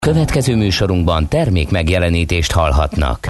Következő műsorunkban termék megjelenítést hallhatnak.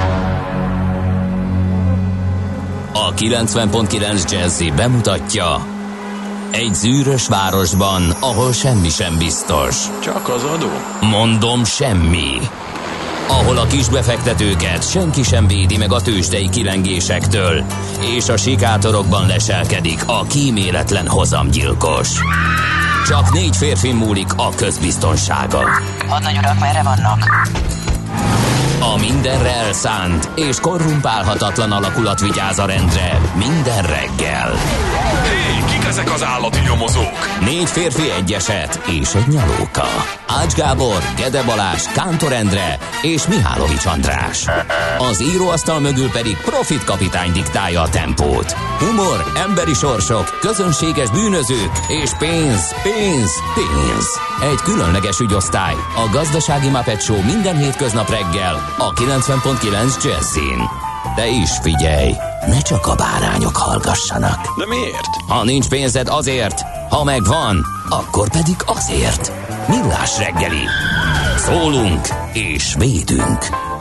A 90.9 Jazzy bemutatja: egy zűrös városban, ahol semmi sem biztos. Csak az adó? Mondom, semmi. Ahol a kisbefektetőket senki sem védi meg a tőzsdei kilengésektől, és a sikátorokban leselkedik a kíméletlen hozamgyilkos. Csak 4 férfi múlik a közbiztonsága. Hadnagy urak, merre vannak? A mindenre elszánt és korrumpálhatatlan alakulat vigyáz a rendre minden reggel. Hé, kik ezek az állati nyomozók? 4 férfi, egy eset és egy nyalóka. Ács Gábor, Gede Balázs, Kántor Endre és Mihálovics András. Az íróasztal mögül pedig Profit kapitány diktálja a tempót. Humor, emberi sorsok, közönséges bűnözők és pénz, pénz, pénz. Egy különleges ügyosztály, a Gazdasági Muppet Show minden hétköznap reggel a 90.9 Jazzin. De is figyelj, ne csak a bárányok hallgassanak. De miért? Ha nincs pénzed, azért, ha megvan, akkor pedig azért. Millás reggeli. Szólunk és védünk.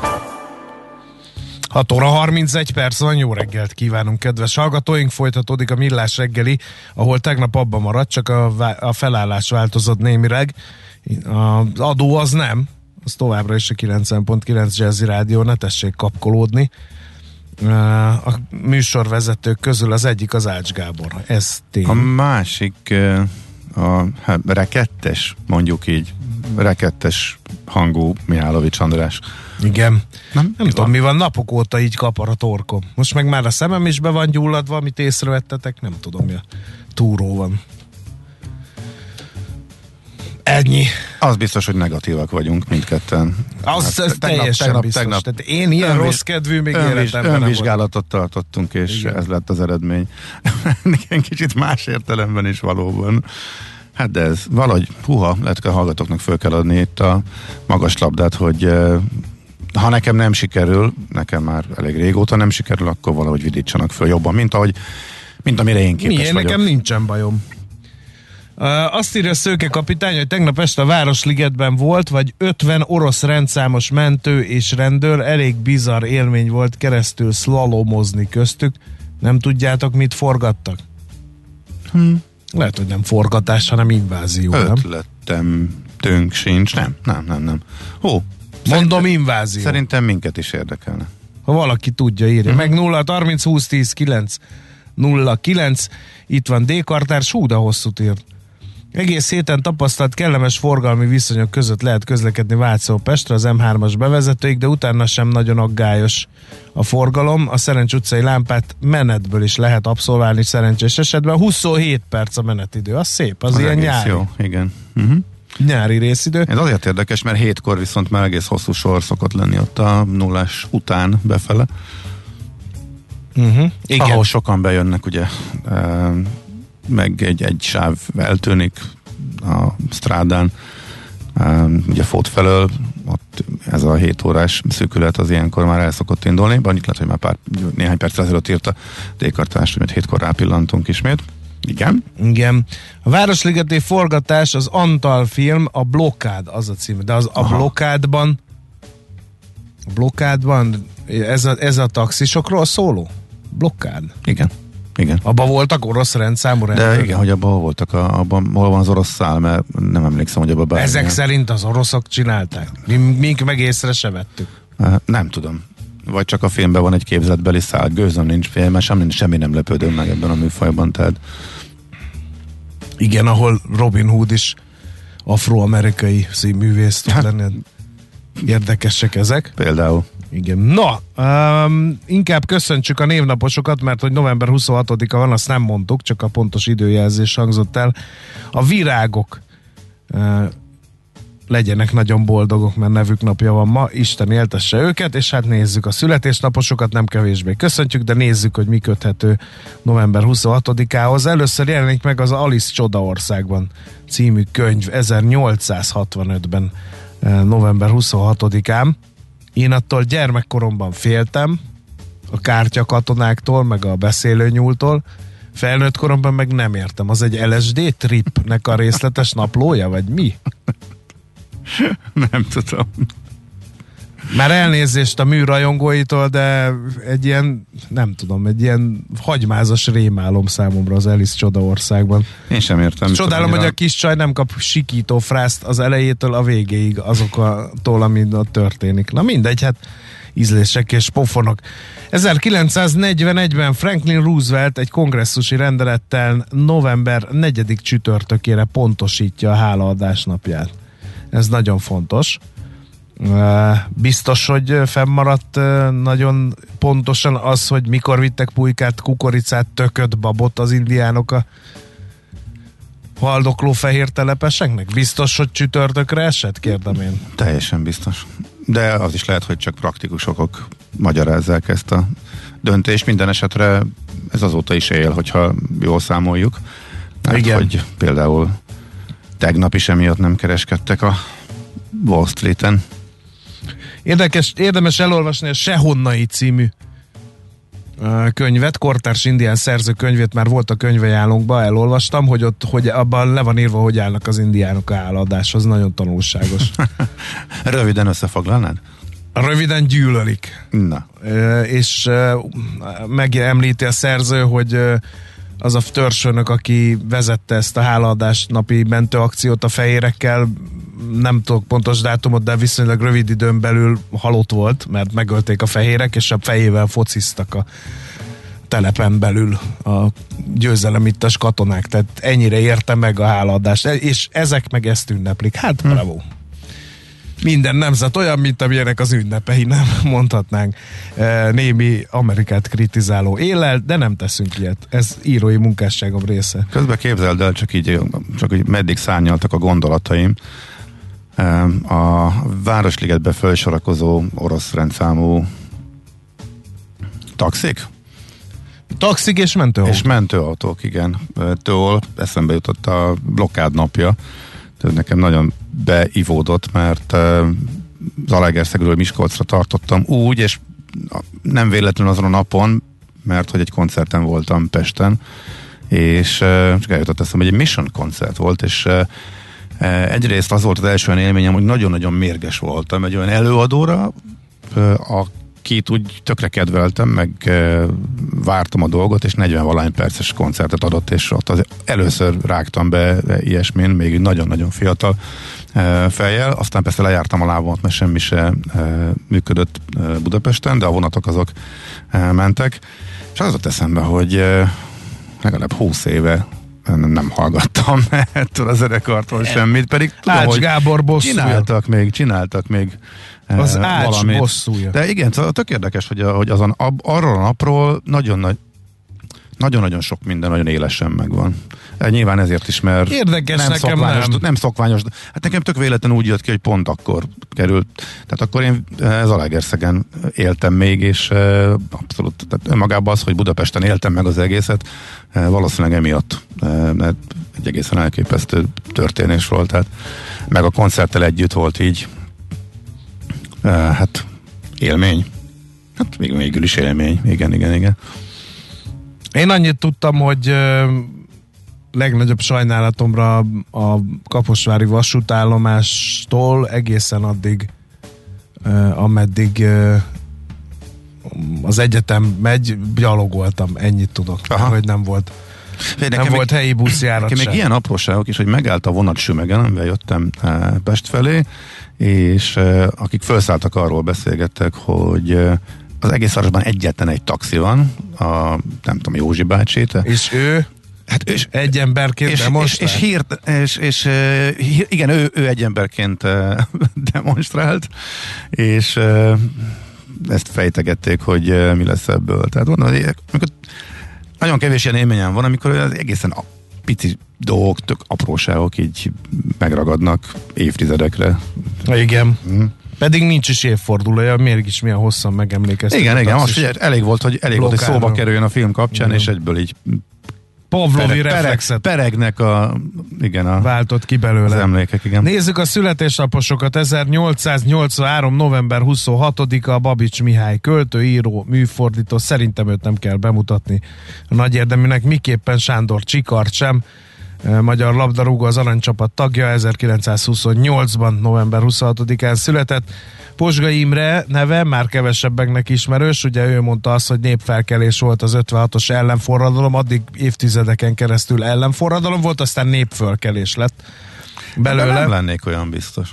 6 óra 31 perc van, jó reggelt kívánunk, kedves hallgatóink! Folytatódik a Millás reggeli, ahol tegnap abban maradt, csak a felállás változott némileg. Az adó az nem, az továbbra is a 90.9 Jazzy Rádió, ne tessék kapkolódni. A műsorvezetők közül az egyik az Ács Gábor, ez tény. A másik a rekettes, mondjuk így, rekettes hangú Mihálovics András. Igen. Nem tudom, mi van, napok óta így kapar a torkom. Most meg már a szemem is be van gyulladva, amit észrevettetek, nem tudom, mi a túró van. Ennyi. Az biztos, hogy negatívak vagyunk mindketten. Az teljesen biztos. Tehát én ilyen rossz kedvű még életemben nem önvizsgálatot tartottunk, és igen, ez lett az eredmény. Igen, kicsit más értelemben is valóban. Hát de ez valahogy, lehet, hogy a hallgatóknak föl kell adni itt a magas labdát, hogy ha nekem nem sikerül, nekem már elég régóta nem sikerül, akkor valahogy vidítsanak föl jobban, mint amire én képes vagyok. Nekem nincsen bajom. Azt írja Szőke kapitány, hogy tegnap este a Városligetben volt, vagy 50 orosz rendszámos mentő és rendőr, elég bizarr élmény volt keresztül szlalomozni köztük. Nem tudjátok, mit forgattak? Lehet, hogy nem forgatás, hanem invázió, nem? Ötletünk sincs. Nem. Mondom, invázió. Szerintem minket is érdekelne. Ha valaki tudja, írja. Meg 0-30-20-10-9-09. Itt van D-kartárs, de hosszút írt. Egész héten tapasztalt kellemes forgalmi viszonyok között lehet közlekedni Vácról Pestre az M3-as bevezetőig, de utána sem nagyon aggályos a forgalom. A Szerencs utcai lámpát menetből is lehet abszolválni szerencsés esetben. 27 perc a menetidő, az szép, az ilyen nyári. Jó, igen. Nyári részidő. Ez azért érdekes, mert 7-kor viszont már egész hosszú sor szokott lenni ott a 0-ás után befele. Igen. Ahol sokan bejönnek, ugye, meg egy sáv eltűnik a strádán, ugye Fót felől, ott ez a 7 órás szűkület az ilyenkor már el szokott indulni, de annyit lehet, hogy már néhány perccel ezelőtt írta D-kartást, hogy 7-kor rápillantunk ismét. Igen. A Városligeti forgatás, az Antal film, a Blokkád, az a cím, de a Blokkádban ez a taxisokról szóló? Blokkád? Igen. Abban voltak orosz rendszámú rendőrök? De igen, hogy abban voltak, abban hol van az orosz szál, mert nem emlékszem, hogy abban bármilyen. Ezek szerint az oroszok csinálták? Mi meg észre se vettük. Nem tudom. Vagy csak a filmben van egy képzeletbeli szál. Gőzöm nincs film, mert semmi nem lepődöm meg ebben a műfajban, tehát. Igen, ahol Robin Hood is afroamerikai színművész tud lenni. Érdekesek ezek. Például. Igen. Na, inkább köszöntsük a névnaposokat, mert hogy november 26-a van, azt nem mondtuk, csak a pontos időjelzés hangzott el. A virágok legyenek nagyon boldogok, mert nevük napja van ma, Isten éltesse őket, és hát nézzük a születésnaposokat, nem kevésbé köszöntjük, de nézzük, hogy mi köthető november 26-ához. Először jelenik meg az Alice Csodaországban című könyv 1865-ben, november 26-án. Én attól gyermekkoromban féltem, a kártyakatonáktól, meg a beszélőnyúltól, felnőtt koromban meg nem értem. Az egy LSD tripnek a részletes naplója, vagy mi? Nem tudom. Már elnézést a műrajongóitól, de egy ilyen, nem tudom, egy ilyen hagymázas rémálom számomra az Alice Csodaországban. Én sem értem. Csodálom, hogy a kis csaj nem kap sikító frászt az elejétől a végéig azoktól, ami ott történik. Na mindegy, hát ízlések és pofonok. 1941-ben Franklin Roosevelt egy kongresszusi rendelettel november 4. csütörtökére pontosítja a hálaadás napját. Ez nagyon fontos. Biztos, hogy fennmaradt nagyon pontosan az, hogy mikor vittek pulykát, kukoricát, tököt, babot az indiánok a haldokló fehér telepeseknek? Biztos, hogy csütörtökre esett? Kérdem én. Teljesen biztos. De az is lehet, hogy csak praktikus okok magyarázzák ezt a döntést. Minden esetre ez azóta is él, hogyha jól számoljuk. Mert hogy például tegnap is emiatt nem kereskedtek a Wall Street-en. Érdemes elolvasni a Sehonnai című könyvet, kortárs indián szerző könyvét, már volt a könyvajánlónkban, elolvastam, hogy abban le van írva, hogy állnak az indiánok a hálaadáshoz, nagyon tanulságos. Röviden összefoglalnád? Röviden gyűlölik. Na. És megemlíti a szerző, hogy az a törzsfőnök, aki vezette ezt a hálaadás napi mentőakciót a fehérekkel, nem tudok pontos dátumot, de viszonylag rövid időn belül halott volt, mert megölték a fehérek, és a fejével fociztak a telepen belül a győzelemittas katonák, tehát ennyire érte meg a hálaadást, és ezek meg ezt ünneplik. Hát bravo! Minden nemzet olyan, mint amilyenek az ünnepei, nem mondhatnánk. Némi Amerikát kritizáló éllel, de nem teszünk ilyet. Ez írói munkásságom része. Közben képzeld el, csak így meddig szárnyaltak a gondolataim. A Városligetbe felsorakozó orosz rendszámú taxik? Taxik és mentőautók. És mentőautók, igen. Től eszembe jutott a blokkád napja. Nekem nagyon beivódott, mert Zalaegerszegről Miskolcra tartottam úgy, és nem véletlenül azon a napon, mert hogy egy koncerten voltam Pesten, és csak eljutott eszembe, hogy egy Mission koncert volt, és egyrészt az volt az első élményem, hogy nagyon-nagyon mérges voltam egy olyan előadóra, akit úgy tökre kedveltem, meg vártam a dolgot, és 40-valány perces koncertet adott, és ott először rágtam be ilyesmin, még nagyon-nagyon fiatal fejjel, aztán persze lejártam a lábamat, mert semmi se működött Budapesten, de a vonatok azok mentek, és az ott eszembe, hogy legalább 20 éve nem hallgattam ettől a zenekartól semmit, pedig tudom, Ács hogy Gábor bosszúja. Csináltak még az Ács valamit. bosszúja. De igen, szóval tök érdekes, hogy azon arról a napról nagyon-nagyon sok minden nagyon élesen megvan. Nyilván ezért is, mert érdekes, nem szokványos. Hát nekem tök véletlen úgy jött ki, hogy pont akkor került. Tehát akkor én Zalaegerszegen éltem még, és abszolút tehát magában az, hogy Budapesten éltem meg az egészet, valószínűleg emiatt, mert egy egészen elképesztő történés volt. Tehát meg a koncerttel együtt volt így hát élmény. Hát végül is élmény. Igen. Én annyit tudtam, hogy legnagyobb sajnálatomra a Kaposvári vasútállomástól egészen addig, ameddig az egyetem megy, gyalogoltam, ennyit tudok. Hogy nem volt. Nem volt helyi buszjárat sem. Még ilyen apróságok is, hogy megállt a vonat Sümegen, amivel jöttem Pest felé, és akik felszálltak, arról beszélgettek, hogy az egész városban egyetlen egy taxi van, nem tudom, Józsi bácsi. És ő? Hát és egy emberként demonstrált? És igen, ő egy emberként demonstrált, és ezt fejtegették, hogy mi lesz ebből. Tehát mondom, nagyon kevés ilyen élményem van, amikor az egészen pici dolgok, tök apróságok így megragadnak évtizedekre. Igen. Pedig nincs is évfordulója, mégis milyen hosszan megemlékeztek. Igen, most figyelj, elég volt, hogy szóba kerüljön a film kapcsán, és egyből így Pavlovi reflexet peregnek a váltott ki belőle. Az emlékek, igen. Nézzük a születésnaposokat. 1883. november 26-a Babics Mihály, költő, író, műfordító. Szerintem őt nem kell bemutatni a nagy érdeműnek, miképpen Sándor Csikart sem. magyar labdarúgó, az aranycsapat tagja, 1928-ban, november 26-án született. Pozsgai Imre neve már kevesebbeknek ismerős, ugye ő mondta azt, hogy népfelkelés volt az 56-os ellenforradalom, addig évtizedeken keresztül ellenforradalom volt, aztán népfölkelés lett belőle. De nem lennék olyan biztos.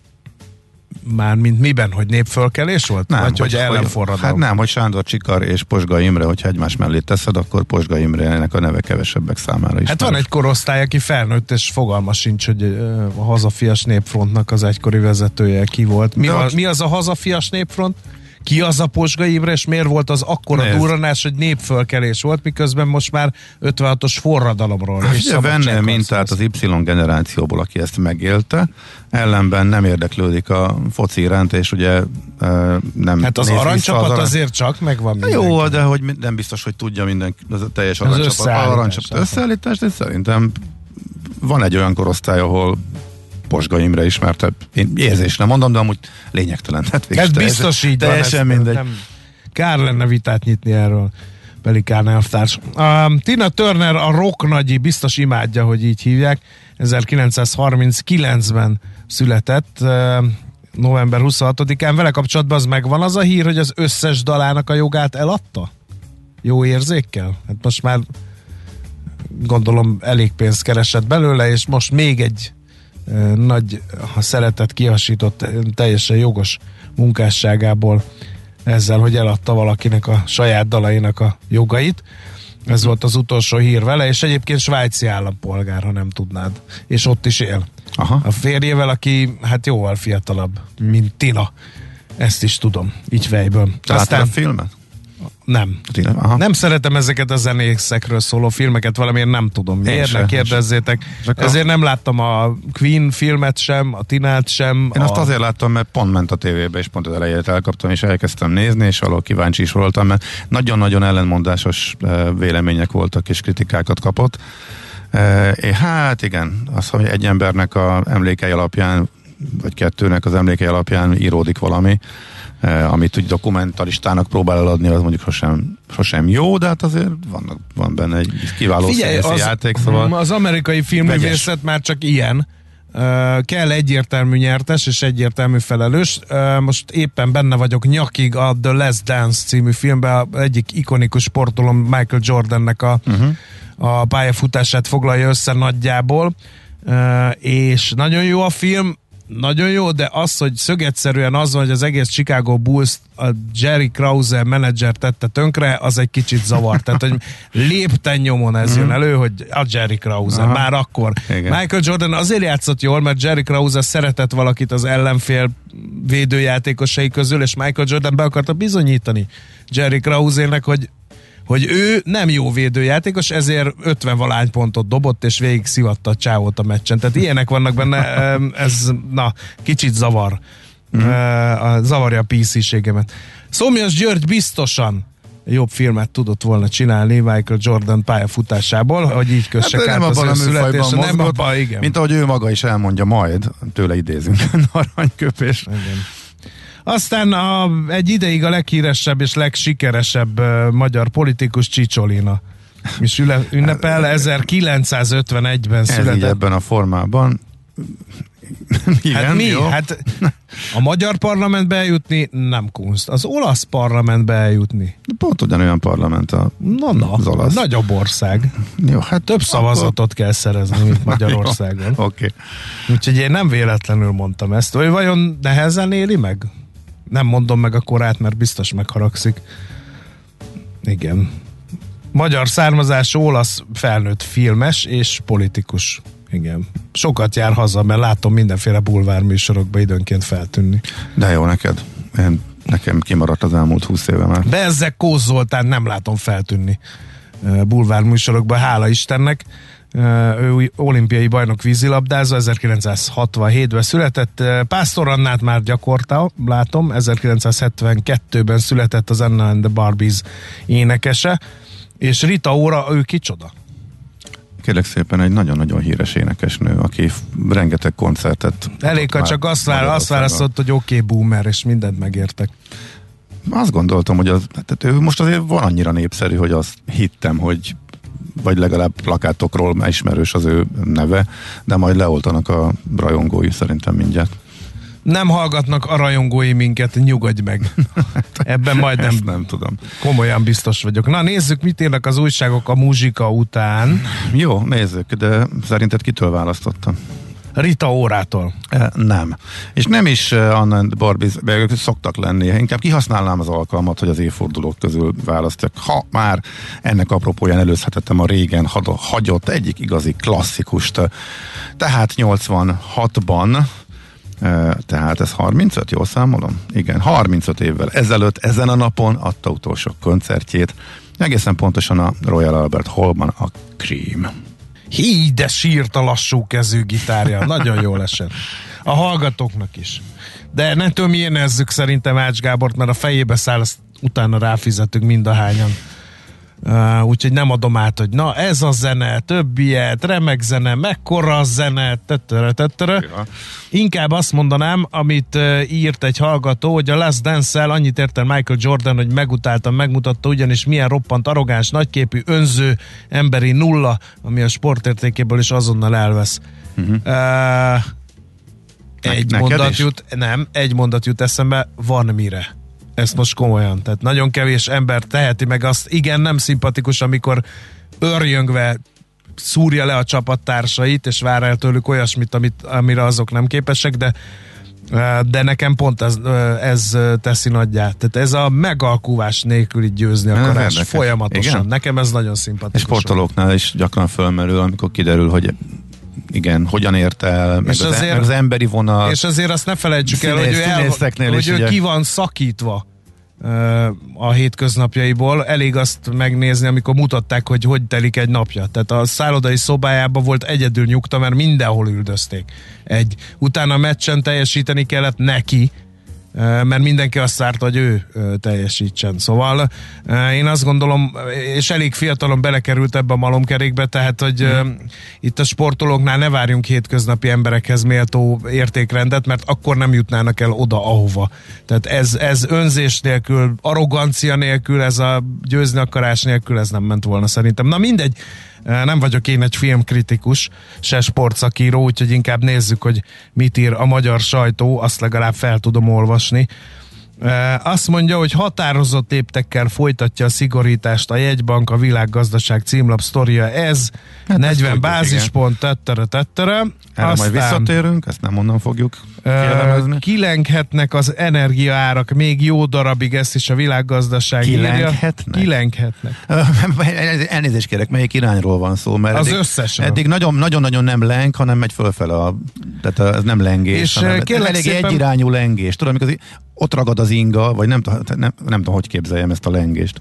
Mármint miben, hogy népfölkelés volt? Nem, vagy hogy ellenforradalom? Hát nem, hogy Sándor Csikar és Pozsgai Imre, hogyha egymás mellé teszed, akkor Pozsgai Imrének a neve kevesebbek számára is. Hát van egy korosztály, aki felnőtt, és fogalma sincs, hogy a Hazafias Népfrontnak az egykori vezetője ki volt. Mi az a Hazafias Népfront? Ki az a Pozsgai Imre, és miért volt az akkora durranás, hogy népfölkelés volt, miközben most már 56-os forradalomról. Hát venne mintát az Y generációból, aki ezt megélte, ellenben nem érdeklődik a foci iránt, és ugye nem... Hát az aranycsapat azért csak megvan mindenki. Jó, de hogy nem biztos, hogy tudja mindenki, az a teljes aranycsapat összeállítást, és szerintem van egy olyan korosztály, ahol Pozsgai Imre ismertebb. Én érzésre mondom, de amúgy lényegtelen. Ez biztos így van. Teljesen mindegy. Nem, kár lenne vitát nyitni erről. Pelikán elvtárs. Tina Turner, a rock nagyi, biztos imádja, hogy így hívják. 1939-ben született, november 26-án. Vele kapcsolatban az megvan az a hír, hogy az összes dalának a jogát eladta? Jó érzékkel? Hát most már gondolom elég pénzt keresett belőle, és most még egy nagy szeretet kihasított, teljesen jogos munkásságából ezzel, hogy eladta valakinek a saját dalainak a jogait. Ez volt az utolsó hír vele, és egyébként svájci állampolgár, ha nem tudnád. És ott is él. Aha. A férjével, aki hát jóval fiatalabb, mint Tina. Ezt is tudom, így fejből. Aztán a filmet? Nem. Nem szeretem ezeket a zenészekről szóló filmeket, valamiért nem tudom. Miért? Ne kérdezzétek. Ezért nem láttam a Queen filmet sem, a Tinát sem. Én azt azért láttam, mert pont ment a tévébe, és pont az elejét elkaptam, és elkezdtem nézni, és valahol kíváncsi is voltam, mert nagyon-nagyon ellenmondásos vélemények voltak, és kritikákat kapott. Hát igen, az, hogy egy embernek a emlékei alapján, vagy kettőnek az emlékei alapján íródik valami, amit úgy dokumentalistának próbál eladni, az mondjuk sosem jó, de hát azért van benne egy kiváló színészi játék, szóval az amerikai filmművészet már csak ilyen. Kell egyértelmű nyertes és egyértelmű felelős. Most éppen benne vagyok nyakig a The Last Dance című filmben, egyik ikonikus sportolom Michael Jordannek a pályafutását foglalja össze nagyjából, és nagyon jó a film, nagyon jó, de az, hogy szögetszerűen az van, hogy az egész Chicago Bulls a Jerry Krause menedzser tette tönkre, az egy kicsit zavar. Tehát, hogy lépten nyomon ez jön elő, hogy a Jerry Krause, már akkor. Igen. Michael Jordan azért játszott jól, mert Jerry Krause szeretett valakit az ellenfél védőjátékosai közül, és Michael Jordan be akarta bizonyítani Jerry Krause-nek, hogy ő nem jó védőjátékos, ezért 50-valány pontot dobott, és végig szivatta a csávót a meccsen. Tehát ilyenek vannak benne, ez kicsit zavar. Zavarja a PC-ségemet. Szomjas György biztosan jobb filmet tudott volna csinálni Michael Jordan pályafutásából, hogy így kössek át az ő születésre. Nem abban, igen. Mint ahogy ő maga is elmondja majd, tőle idézünk, aranyköpés. Igen. Aztán egy ideig a leghíresebb és legsikeresebb magyar politikus Csicsolina. És ünnepel 1951-ben született. Ez így ebben a formában. Igen, hát mi? Jó. Hát a magyar parlamentbe eljutni nem kunst. Az olasz parlamentbe eljutni. Pont ugyanolyan parlament az olasz. Nagyobb ország. Jó, hát több szavazatot kell szerezni, mint Magyarországon. Oké. Úgyhogy én nem véletlenül mondtam ezt. Vagy vajon nehezen éli meg? Nem mondom meg a korát, mert biztos megharagszik. Igen. Magyar származású olasz felnőtt filmes és politikus. Igen. Sokat jár haza, mert látom mindenféle bulvár műsorokba időnként feltűnni. De jó neked. Nekem kimaradt az elmúlt 20 éve már. Bezzeg Kósz Zoltán nem látom feltűnni bulvár műsorokba, hála Istennek. Ő olimpiai bajnok vízilabdázó, 1967-ben született. Pásztor Annát már gyakorta látom, 1972-ben született az Anna and the Barbies énekese, és Rita Ora, ő kicsoda? Kérlek szépen, egy nagyon-nagyon híres énekesnő, aki rengeteg koncertet... Elég, ha csak azt válaszolt, hogy oké, boomer, és mindent megértek. Azt gondoltam, hogy ő most azért van annyira népszerű, hogy azt hittem, hogy vagy legalább plakátokról már ismerős az ő neve, de majd leoltanak a rajongói szerintem mindjárt. Nem hallgatnak a rajongói minket, nyugodj meg. Ebben majdnem nem tudom. Komolyan biztos vagyok. Na nézzük, mit írnak az újságok a muzsika után. Jó, nézzük, de szerinted kitől választottam? Rita Órától. Nem. És nem is Anna Barbie, ők szoktak lenni. Inkább kihasználnám az alkalmat, hogy az évfordulók közül választjak. Ha már ennek apropóján előzhetettem a régen hagyott egyik igazi klasszikust. Tehát 86-ban, tehát ez 35, jól számolom? Igen, 35 évvel ezelőtt ezen a napon adta utolsó koncertjét. Egészen pontosan a Royal Albert Hallban a Cream. Hí, de sírt a lassú kezű gitárja. Nagyon jól esett. A hallgatóknak is. De nem tudom, énezzük szerintem Ács Gábort, mert a fejébe száll, azt utána ráfizetünk mind a hányan. Úgyhogy nem adom át, hogy na ez a zene, több ilyet, remek zene, mekkora a zene, tettere. Inkább azt mondanám, amit írt egy hallgató, hogy a Last Dance-szel annyit ért el Michael Jordan, hogy megmutatta ugyanis milyen roppant arrogáns, nagyképű, önző, emberi nulla, ami a sportértékéből is azonnal elvesz. Egy mondat jut eszembe, van mire. Ezt most komolyan. Tehát nagyon kevés ember teheti meg azt. Igen, nem szimpatikus, amikor örjöngve szúrja le a csapattársait, és vár el tőlük olyasmit, amire azok nem képesek, de nekem pont ez teszi nagyját. Tehát ez a megalkuvás nélküli győzni akarás folyamatosan. Igen? Nekem ez nagyon szimpatikus. És sportolóknál is gyakran fölmerül, amikor kiderül, hogy igen, hogyan ért el, meg az emberi vonal. És azért azt ne felejtsük el, hogy ő ki van szakítva a hétköznapjaiból. Elég azt megnézni, amikor mutatták, hogy telik egy napja. Tehát a szállodai szobájában volt egyedül nyugta, mert mindenhol üldözték. Utána a meccsen teljesíteni kellett neki, mert mindenki azt várta, hogy ő teljesítsen. Szóval én azt gondolom, és elég fiatalon belekerült ebbe a malomkerékbe, tehát, hogy itt a sportolóknál ne várjunk hétköznapi emberekhez méltó értékrendet, mert akkor nem jutnának el oda, ahova. Tehát ez önzés nélkül, arrogancia nélkül, ez a győzni akarás nélkül, ez nem ment volna szerintem. Na mindegy, nem vagyok én egy filmkritikus, se sportszakíró, úgyhogy inkább nézzük, hogy mit ír a magyar sajtó, azt legalább fel tudom olvasni. Azt mondja, hogy határozott léptekkel folytatja a szigorítást a jegybank, a világgazdaság címlap sztoria ez, hát 40 bázispont, tettere. Erre majd visszatérünk, ezt nem onnan fogjuk kielemezni. Kilenghetnek az energiaárak még jó darabig, ezt is a világgazdaság írja. Kilenghetnek. Elnézést kérek, melyik irányról van szó? Mert az eddig nagyon-nagyon nem leng, hanem megy fölfele, tehát ez nem lengés, és hanem elég szépen egyirányú lengés. Tudom, amikor ott ragad az inga, vagy nem tudom, hogy képzeljem ezt a lengést.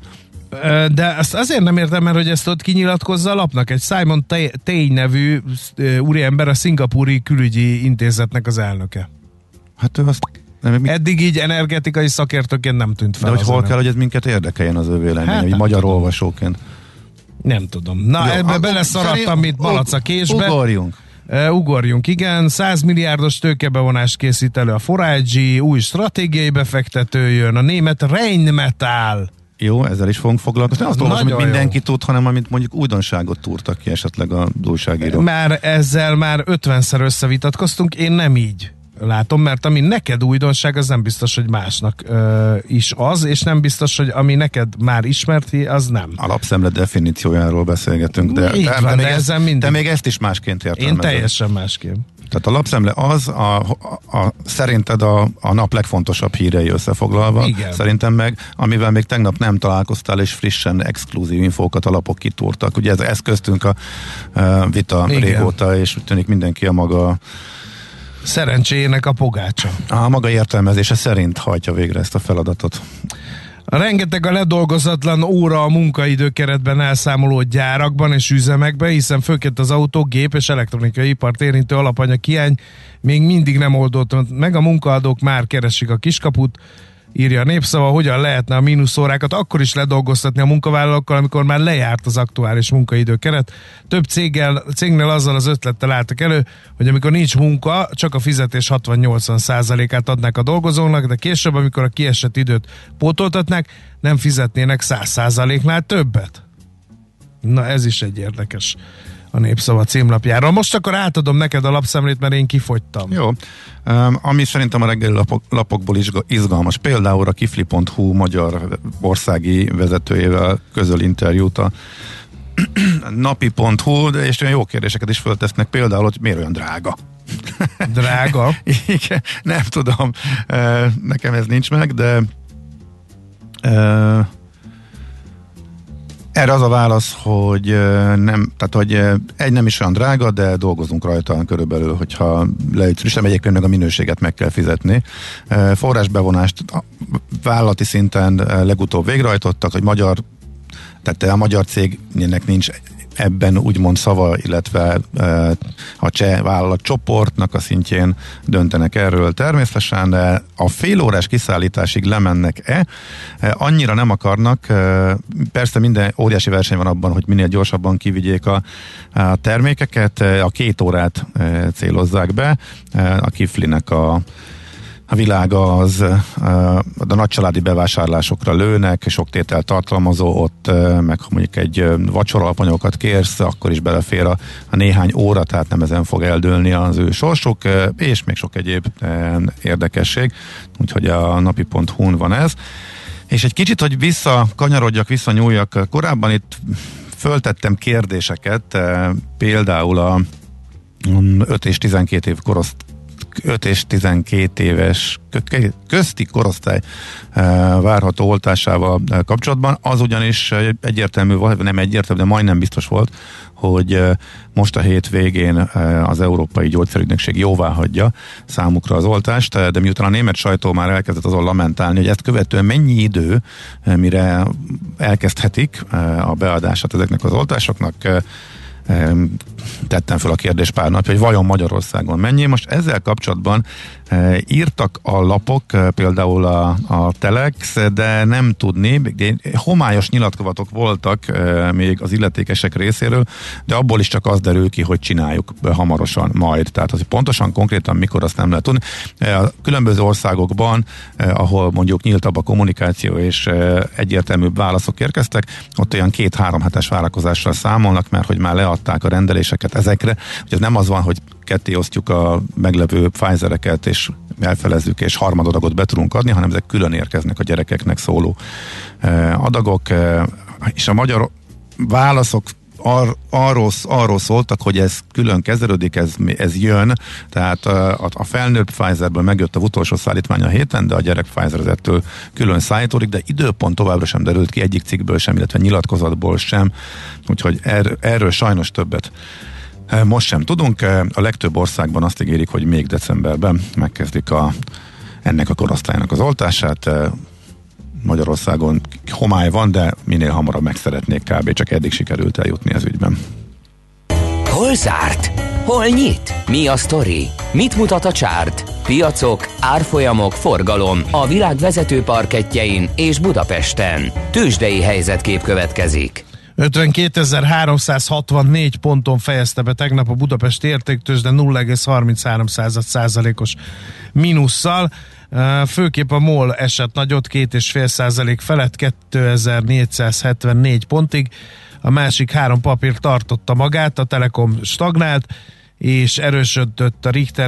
De azt azért nem értem, mert hogy ezt ott kinyilatkozza a lapnak. Egy Simon Tay nevű úriember, a szingapúri külügyi intézetnek az elnöke. Hát ő azt... Eddig így energetikai szakértőként nem tűnt fel. De hogy hol kell, hogy ez minket érdekeljen az ő véleménye, hogy magyar olvasóként. Nem tudom. Na, ebbe beleszaradtam, mint malac a késbe. Ugorjunk, igen. 100 milliárdos tőkebevonást készít elő a Forage, új stratégiai befektető jön, a német Rheinmetall. Jó, ezzel is fogunk foglalkozni. Nem azt olvasom, hogy mindenki tud, hanem amit mondjuk újdonságot túrtak ki esetleg a újságírók. Ezzel már 50-szer összevitatkoztunk, én nem így látom, mert ami neked újdonság, az nem biztos, hogy másnak is az, és nem biztos, hogy ami neked már ismert, az nem. Alapszemle definíciójáról beszélgetünk, de még ezt is másként értelmezem. Én teljesen másként. Tehát a lapszemle az szerinted a nap legfontosabb hírei összefoglalva. Igen. Szerintem meg, amivel még tegnap nem találkoztál, és frissen exkluzív infókat a lapok kitúrtak. Ugye ez köztünk a vita régóta, és úgy tűnik mindenki a maga szerencséjének a pogácsa. A maga értelmezése szerint hajtja végre ezt a feladatot. Rengeteg a ledolgozatlan óra a munkaidőkeretben elszámoló gyárakban és üzemekben, hiszen főként az autó, gép és elektronikai ipart érintő alapanyaghiány még mindig nem oldott meg, a munkaadók már keresik a kiskaput, írja a Népszava, hogyan lehetne a mínuszórákat akkor is ledolgoztatni a munkavállalókkal, amikor már lejárt az aktuális munkaidőkeret. Több cégnél azzal az ötlettel álltak elő, hogy amikor nincs munka, csak a fizetés 60-80%-át adnák a dolgozónak, de később, amikor a kiesett időt pótoltatnák, nem fizetnének 100%-nál többet. Na ez is egy érdekes a Népszava címlapjáról. Most akkor átadom neked a lapszemlét, mert én kifogytam. Jó. Ami szerintem a reggeli lapokból is izgalmas. Például a kifli.hu magyar országi vezetőjével közöl interjút a napi.hu, és olyan jó kérdéseket is föltesznek, például, hogy miért olyan drága. Drága? Igen, nem tudom, nekem ez nincs meg, de erre az a válasz, hogy nem, tehát hogy nem is olyan drága, de dolgozunk rajta körülbelül, hogyha leütszünk, és nem egyébként meg a minőséget meg kell fizetni. Forrásbevonást vállalati szinten legutóbb végrehajtottak, hogy tehát a magyar cégnek nincs ebben úgymond szava, illetve a cseh vállalat csoportnak a szintjén döntenek erről természetesen, de a félórás kiszállításig lemennek-e? Annyira nem akarnak, persze minden óriási verseny van abban, hogy minél gyorsabban kivigyék a termékeket, a 2 órát célozzák be, a kiflinek a világa az a nagycsaládi bevásárlásokra lőnek, sok tétel tartalmazó, ott meg ha mondjuk egy vacsoralpanyokat kérsz, akkor is belefér a néhány óra, tehát nem ezen fog eldőlni az ő sorsuk, és még sok egyéb érdekesség, úgyhogy a napi.hu-n van ez. És egy kicsit, hogy visszanyúljak, korábban itt föltettem kérdéseket, például a 5 és 12 év 5 és 12 éves közti korosztály várható oltásával kapcsolatban. Az ugyanis egyértelmű, nem egyértelmű, de majdnem biztos volt, hogy most a hét végén az Európai Gyógyszerügynökség jóvá hagyja számukra az oltást, de miután a német sajtó már elkezdett azon lamentálni, hogy ezt követően mennyi idő, mire elkezdhetik a beadását ezeknek az oltásoknak, tettem fel a kérdést pár napja, hogy vajon Magyarországon mennyi. Most ezzel kapcsolatban írtak a lapok, például a Telex, de nem tudni, homályos nyilatkozatok voltak még az illetékesek részéről, de abból is csak az derül ki, hogy csináljuk hamarosan majd. Tehát az, hogy pontosan, konkrétan mikor, azt nem lehet tudni. A különböző országokban, ahol mondjuk nyíltabb a kommunikáció és egyértelműbb válaszok érkeztek, ott olyan 2-3 hetes várakozással számolnak, mert hogy már leadták a rendeléseket ezekre. Ugye nem az van, hogy ketté osztjuk a meglevő Pfizereket, és elfelezzük, és harmadadagot be tudunk adni, hanem ezek külön érkeznek a gyerekeknek szóló adagok, és a magyar válaszok arról szóltak, hogy ez külön kezelődik, ez jön, tehát a felnőtt Pfizerből megjött a utolsó szállítmány a héten, de a gyerek Pfizer az ettől külön szállítódik, de időpont továbbra sem derült ki egyik cikkből sem, illetve nyilatkozatból sem, úgyhogy erről sajnos többet most sem tudunk. A legtöbb országban azt ígérik, hogy még decemberben megkezdik ennek a korosztálynak az oltását. Magyarországon homály van, de minél hamarabb meg szeretnék kb. Csak eddig sikerült eljutni az ügyben. Hol zárt? Hol nyit? Mi a sztori? Mit mutat a csárt? Piacok, árfolyamok, forgalom a világ vezető parkettjein és Budapesten. Tőzsdei helyzetkép következik. 52.364 ponton fejezte be tegnap a Budapesti Értéktőzsde 0,33%-os mínusszal. Főképp a MOL esett nagyot 2,5% felett 2474 pontig. A másik 3 papír tartotta magát, a Telekom stagnált, és erősödött a Richter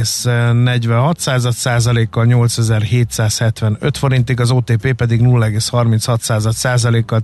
0,46%-kal 8775 forintig, az OTP pedig 0,36%-kal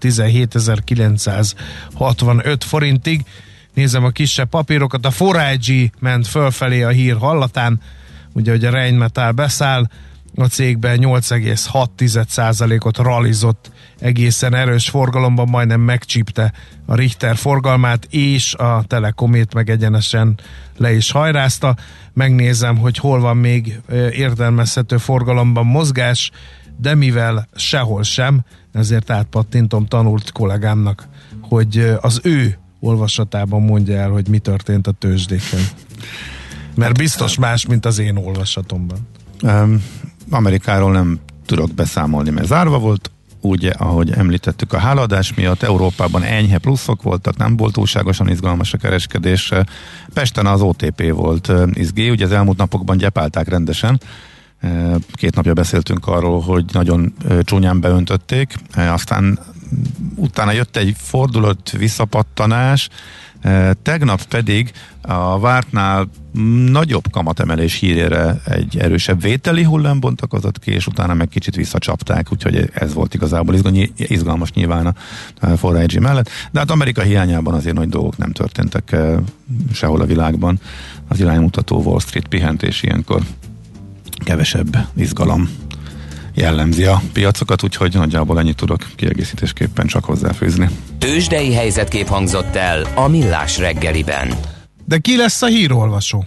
17965 forintig. Nézem a kisebb papírokat, a 4IG ment fölfelé a hír hallatán, ugye, hogy a Rheinmetall beszáll, a cégben 8,6%-ot rallizott, egészen erős forgalomban majdnem megcsípte a Richter forgalmát, és a Telekomét meg egyenesen le is hajrázta. Megnézem, hogy hol van még értelmezhető forgalomban mozgás, de mivel sehol sem, ezért átpattintom tanult kollégámnak, hogy az ő olvasatában mondja el, hogy mi történt a tőzsdéken. Mert biztos más, mint az én olvasatomban. Amerikáról nem tudok beszámolni, mert zárva volt, úgy, ahogy említettük a hálaadás miatt. Európában enyhe pluszok voltak, nem volt túlságosan izgalmas a kereskedés. Pesten az OTP volt izgé, ugye az elmúlt napokban gyepálták rendesen. 2 napja beszéltünk arról, hogy nagyon csúnyán beöntötték, aztán utána jött egy fordulat visszapattanás, tegnap pedig a vártnál nagyobb kamatemelés hírére egy erősebb vételi hullám bontakozott ki, és utána meg kicsit visszacsapták, úgyhogy ez volt igazából izgalmas nyilván a forrágyi mellett. De hát Amerika hiányában azért nagy dolgok nem történtek sehol a világban. Az iránymutató Wall Street pihent, és ilyenkor kevesebb izgalom jellemzi a piacokat, úgyhogy nagyjából ennyit tudok kiegészítésképpen csak hozzáfűzni. Tőzsdei helyzetkép hangzott el a Millás reggeliben. De ki lesz a hírolvasó?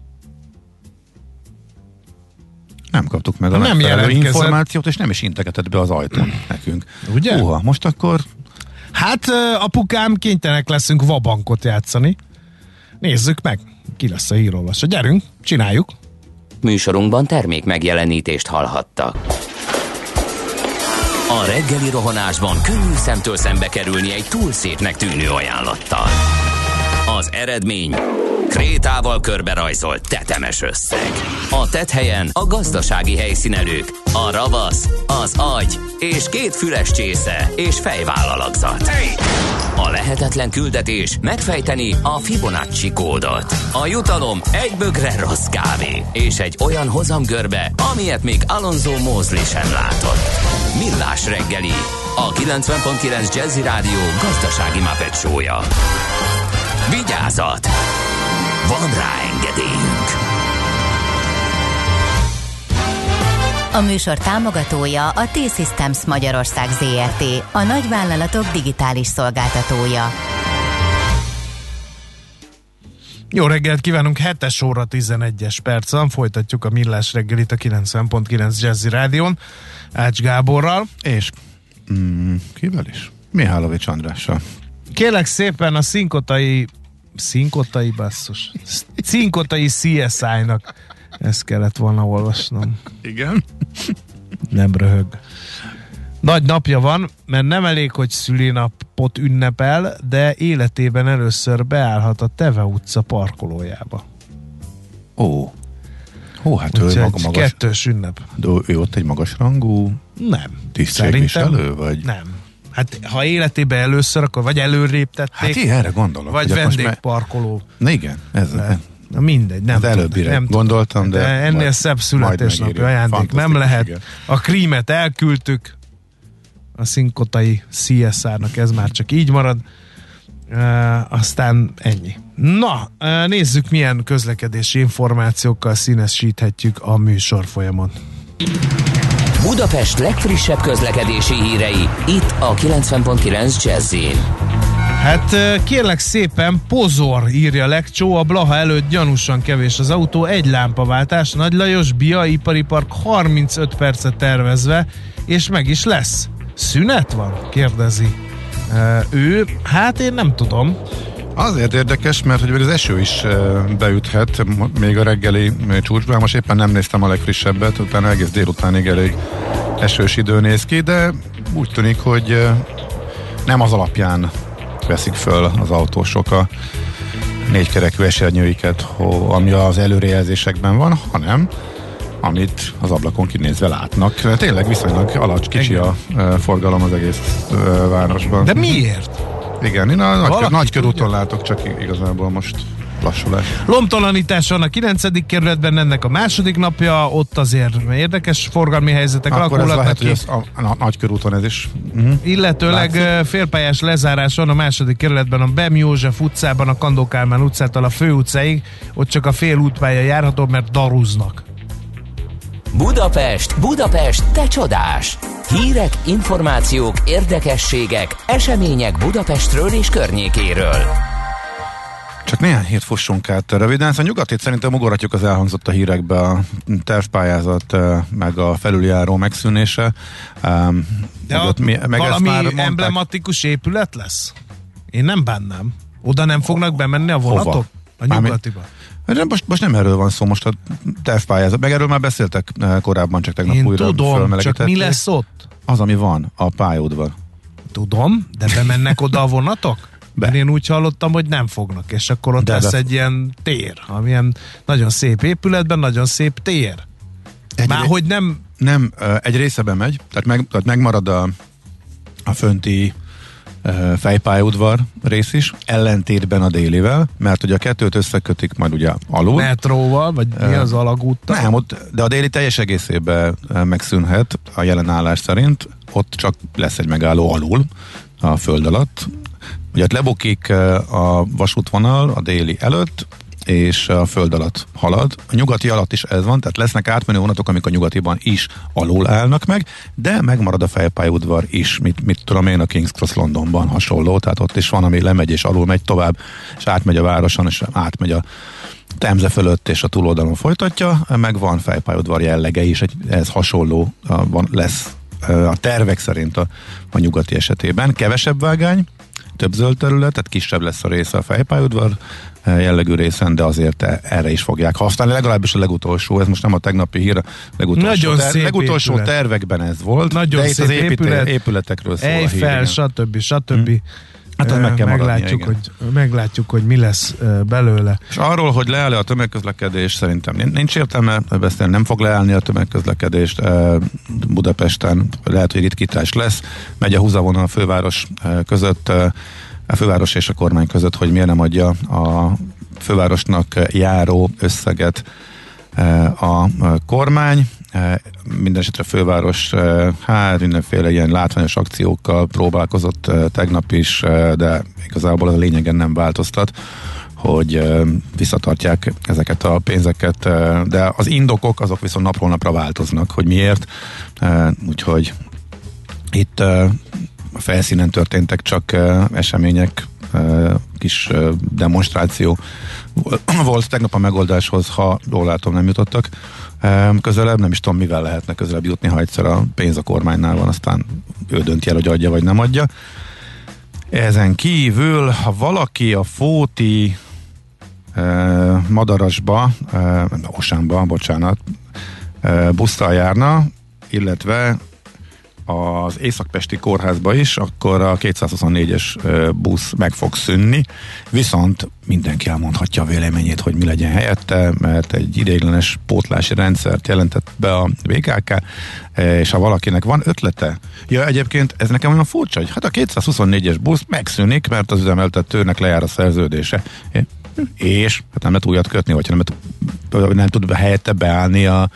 Nem kaptuk meg a megfelelő információt, és nem is integetett be az ajtón nekünk. Ugye? Most akkor... Hát apukám, kénytelenek leszünk vabankot játszani. Nézzük meg, ki lesz a hírolvasó. Gyerünk, csináljuk. Műsorunkban termék megjelenítést hallhattak. A reggeli rohanásban könnyű szemtől szembe kerülni egy túl szépnek tűnő ajánlattal. Az eredmény krétával körberajzolt tetemes összeg. A tetthelyen a gazdasági helyszínelők, a ravasz, az agy és 2 füles csésze és fejvállalakzat. A lehetetlen küldetés megfejteni a Fibonacci kódot. A jutalom egy bögre rossz kávé és egy olyan hozamgörbe, amilyet még Alonso Mosley sem látott. Millás reggeli, a 90.9 Jazzy Rádió gazdasági Muppet show-ja. Vigyázat! Van rá engedélyünk! A műsor támogatója a T-Systems Magyarország Zrt., a nagyvállalatok digitális szolgáltatója. Jó reggelt kívánunk, 7 óra 11 percen, folytatjuk a Millás reggelit a 90.9 Jazzy Rádión, Ács Gáborral. És kivel is? Mihálovics Andrással. Kérlek szépen a Cinkotai CSI-nak ezt kellett volna olvasnom. Igen. Nem röhög. Nagy napja van, mert nem elég, hogy szülinapot ünnepel, de életében először beállhat a Teve utca parkolójába. Hát ő magas. Kettős ünnep. De ő ott egy magasrangú Nem. tisztségviselő, vagy? Nem. Hát ha életében először, akkor vagy előrébb tették. Hát én erre gondolok. Vagy vendégparkoló. Na igen, ez. Na mindegy, nem az előbbire gondoltam, de ennél szebb születésnapi ajándék nem lehet. Igen. A krímet elküldtük a Cinkotai CSR-nak, ez már csak így marad. Aztán ennyi. Na, nézzük, milyen közlekedési információkkal színesíthetjük a műsor folyamon. Budapest legfrissebb közlekedési hírei, itt a 90.9 Jazz-in. Hát kérlek szépen, pozor, írja Legcsó, a Blaha előtt gyanúsan kevés az autó, egy lámpaváltás, Nagy Lajos BIA ipari park 35 percet tervezve, és meg is lesz. Szünet van? Kérdezi ő. Hát én nem tudom. Azért érdekes, mert hogy az eső is beüthet még a reggeli csúcsban. Most éppen nem néztem a legfrissebbet, utána egész délutánig elég esős idő néz ki, de úgy tűnik, hogy nem az alapján veszik föl az autósok a négykerekű esernyőiket, ami az előrejelzésekben van, hanem amit az ablakon kinézve látnak. Tényleg viszonylag kicsi a forgalom az egész városban. De miért? Igen, én a nagy körúton látok, csak igazából most lassulás. Lombtalanítás van a 9. kerületben, ennek a második napja, ott azért érdekes forgalmi helyzetek alakulhatnak ki. A nagy körúton ez is. Illetőleg félpályás lezárás van a második kerületben, a Bem József utcában, a Kandó Kálmán utcától a Fő utcáig, ott csak a fél útpálya járható, mert darúznak. Budapest, te csodás! Hírek, információk, érdekességek, események Budapestről és környékéről. Csak néhány hírt fussunk át röviden. Szóval nyugatét szerintem ugorhatjuk, az elhangzott a hírekbe, a tervpályázat, meg a felüljáró megszűnése. De ott valami emblematikus épület lesz? Én nem bánnám. Oda nem fognak bemenni a vonatok? Hova? A nyugatiba? Most nem erről van szó, most a tervpályázat. Meg erről már beszéltek korábban, csak tegnap én újra tudom, csak mi lesz ott? Az, ami van, a pályaudvar. Tudom, de bemennek oda a vonatok? Én úgy hallottam, hogy nem fognak, és akkor ott lesz egy ilyen tér, amilyen nagyon szép épületben, nagyon szép tér. Hogy nem... Nem, egy része bemegy, tehát megmarad a fönti fejpályaudvar rész is, ellentétben a délivel, mert ugye a kettőt összekötik majd ugye alul. Metróval, vagy mi az alagúttal? Nem, de a déli teljes egészében megszűnhet a jelen állás szerint, ott csak lesz egy megálló alul a föld alatt. Ugye ott lebukik a vasútvonal a déli előtt, és a föld alatt halad. A nyugati alatt is ez van, tehát lesznek átmenő vonatok, amik a nyugatiban is alul állnak meg, de megmarad a fejpályaudvar is, mit tudom én, a King's Cross Londonban hasonló, tehát ott is van, ami lemegy és alul megy tovább, és átmegy a városon, és átmegy a Temze fölött, és a túloldalon folytatja, meg van fejpályaudvar jellege is, ez hasonló lesz a tervek szerint a nyugati esetében. Kevesebb vágány, több zöld terület, tehát kisebb lesz a része a fejpályaudvar jellegű részen, de azért erre is fogják használni, legalábbis a legutolsó, ez most nem a tegnapi hír, legutolsó tervekben ez volt, nagyon de itt az épületekről szól Eiffel, a hír. stb. Hát meg kell maradni, meglátjuk, hogy mi lesz belőle. És arról, hogy leáll a tömegközlekedés, szerintem nincs értelme beszélni, nem fog leállni a tömegközlekedést Budapesten, lehet, hogy ritkítás lesz, megy a húzavonal a főváros között, a főváros és a kormány között, hogy miért nem adja a fővárosnak járó összeget a kormány. Mindenesetre a főváros mindenféle ilyen látványos akciókkal próbálkozott tegnap is, de igazából az a lényegen nem változtat, hogy visszatartják ezeket a pénzeket, de az indokok azok viszont napról napra változnak, hogy miért, úgyhogy itt a felszínen történtek csak események, kis demonstráció volt tegnap a megoldáshoz, ha jól látom, nem jutottak közelebb, nem is tudom, mivel lehetne közelebb jutni, ha egyszer a pénz a kormánynál van, aztán ő dönti el, hogy adja vagy nem adja. Ezen kívül, ha valaki a Fóti Madarasba, Osánba, bocsánat, busszal járna, illetve az Északpesti Kórházba is, akkor a 224-es busz meg fog szűnni, viszont mindenki elmondhatja a véleményét, hogy mi legyen helyette, mert egy ideiglenes pótlási rendszert jelentett be a BKK, és ha valakinek van ötlete, egyébként ez nekem olyan furcsa, hogy hát a 224-es busz megszűnik, mert az üzemeltetőnek lejár a szerződése, és hát nem lehet újat kötni, vagy nem tud helyette beállni a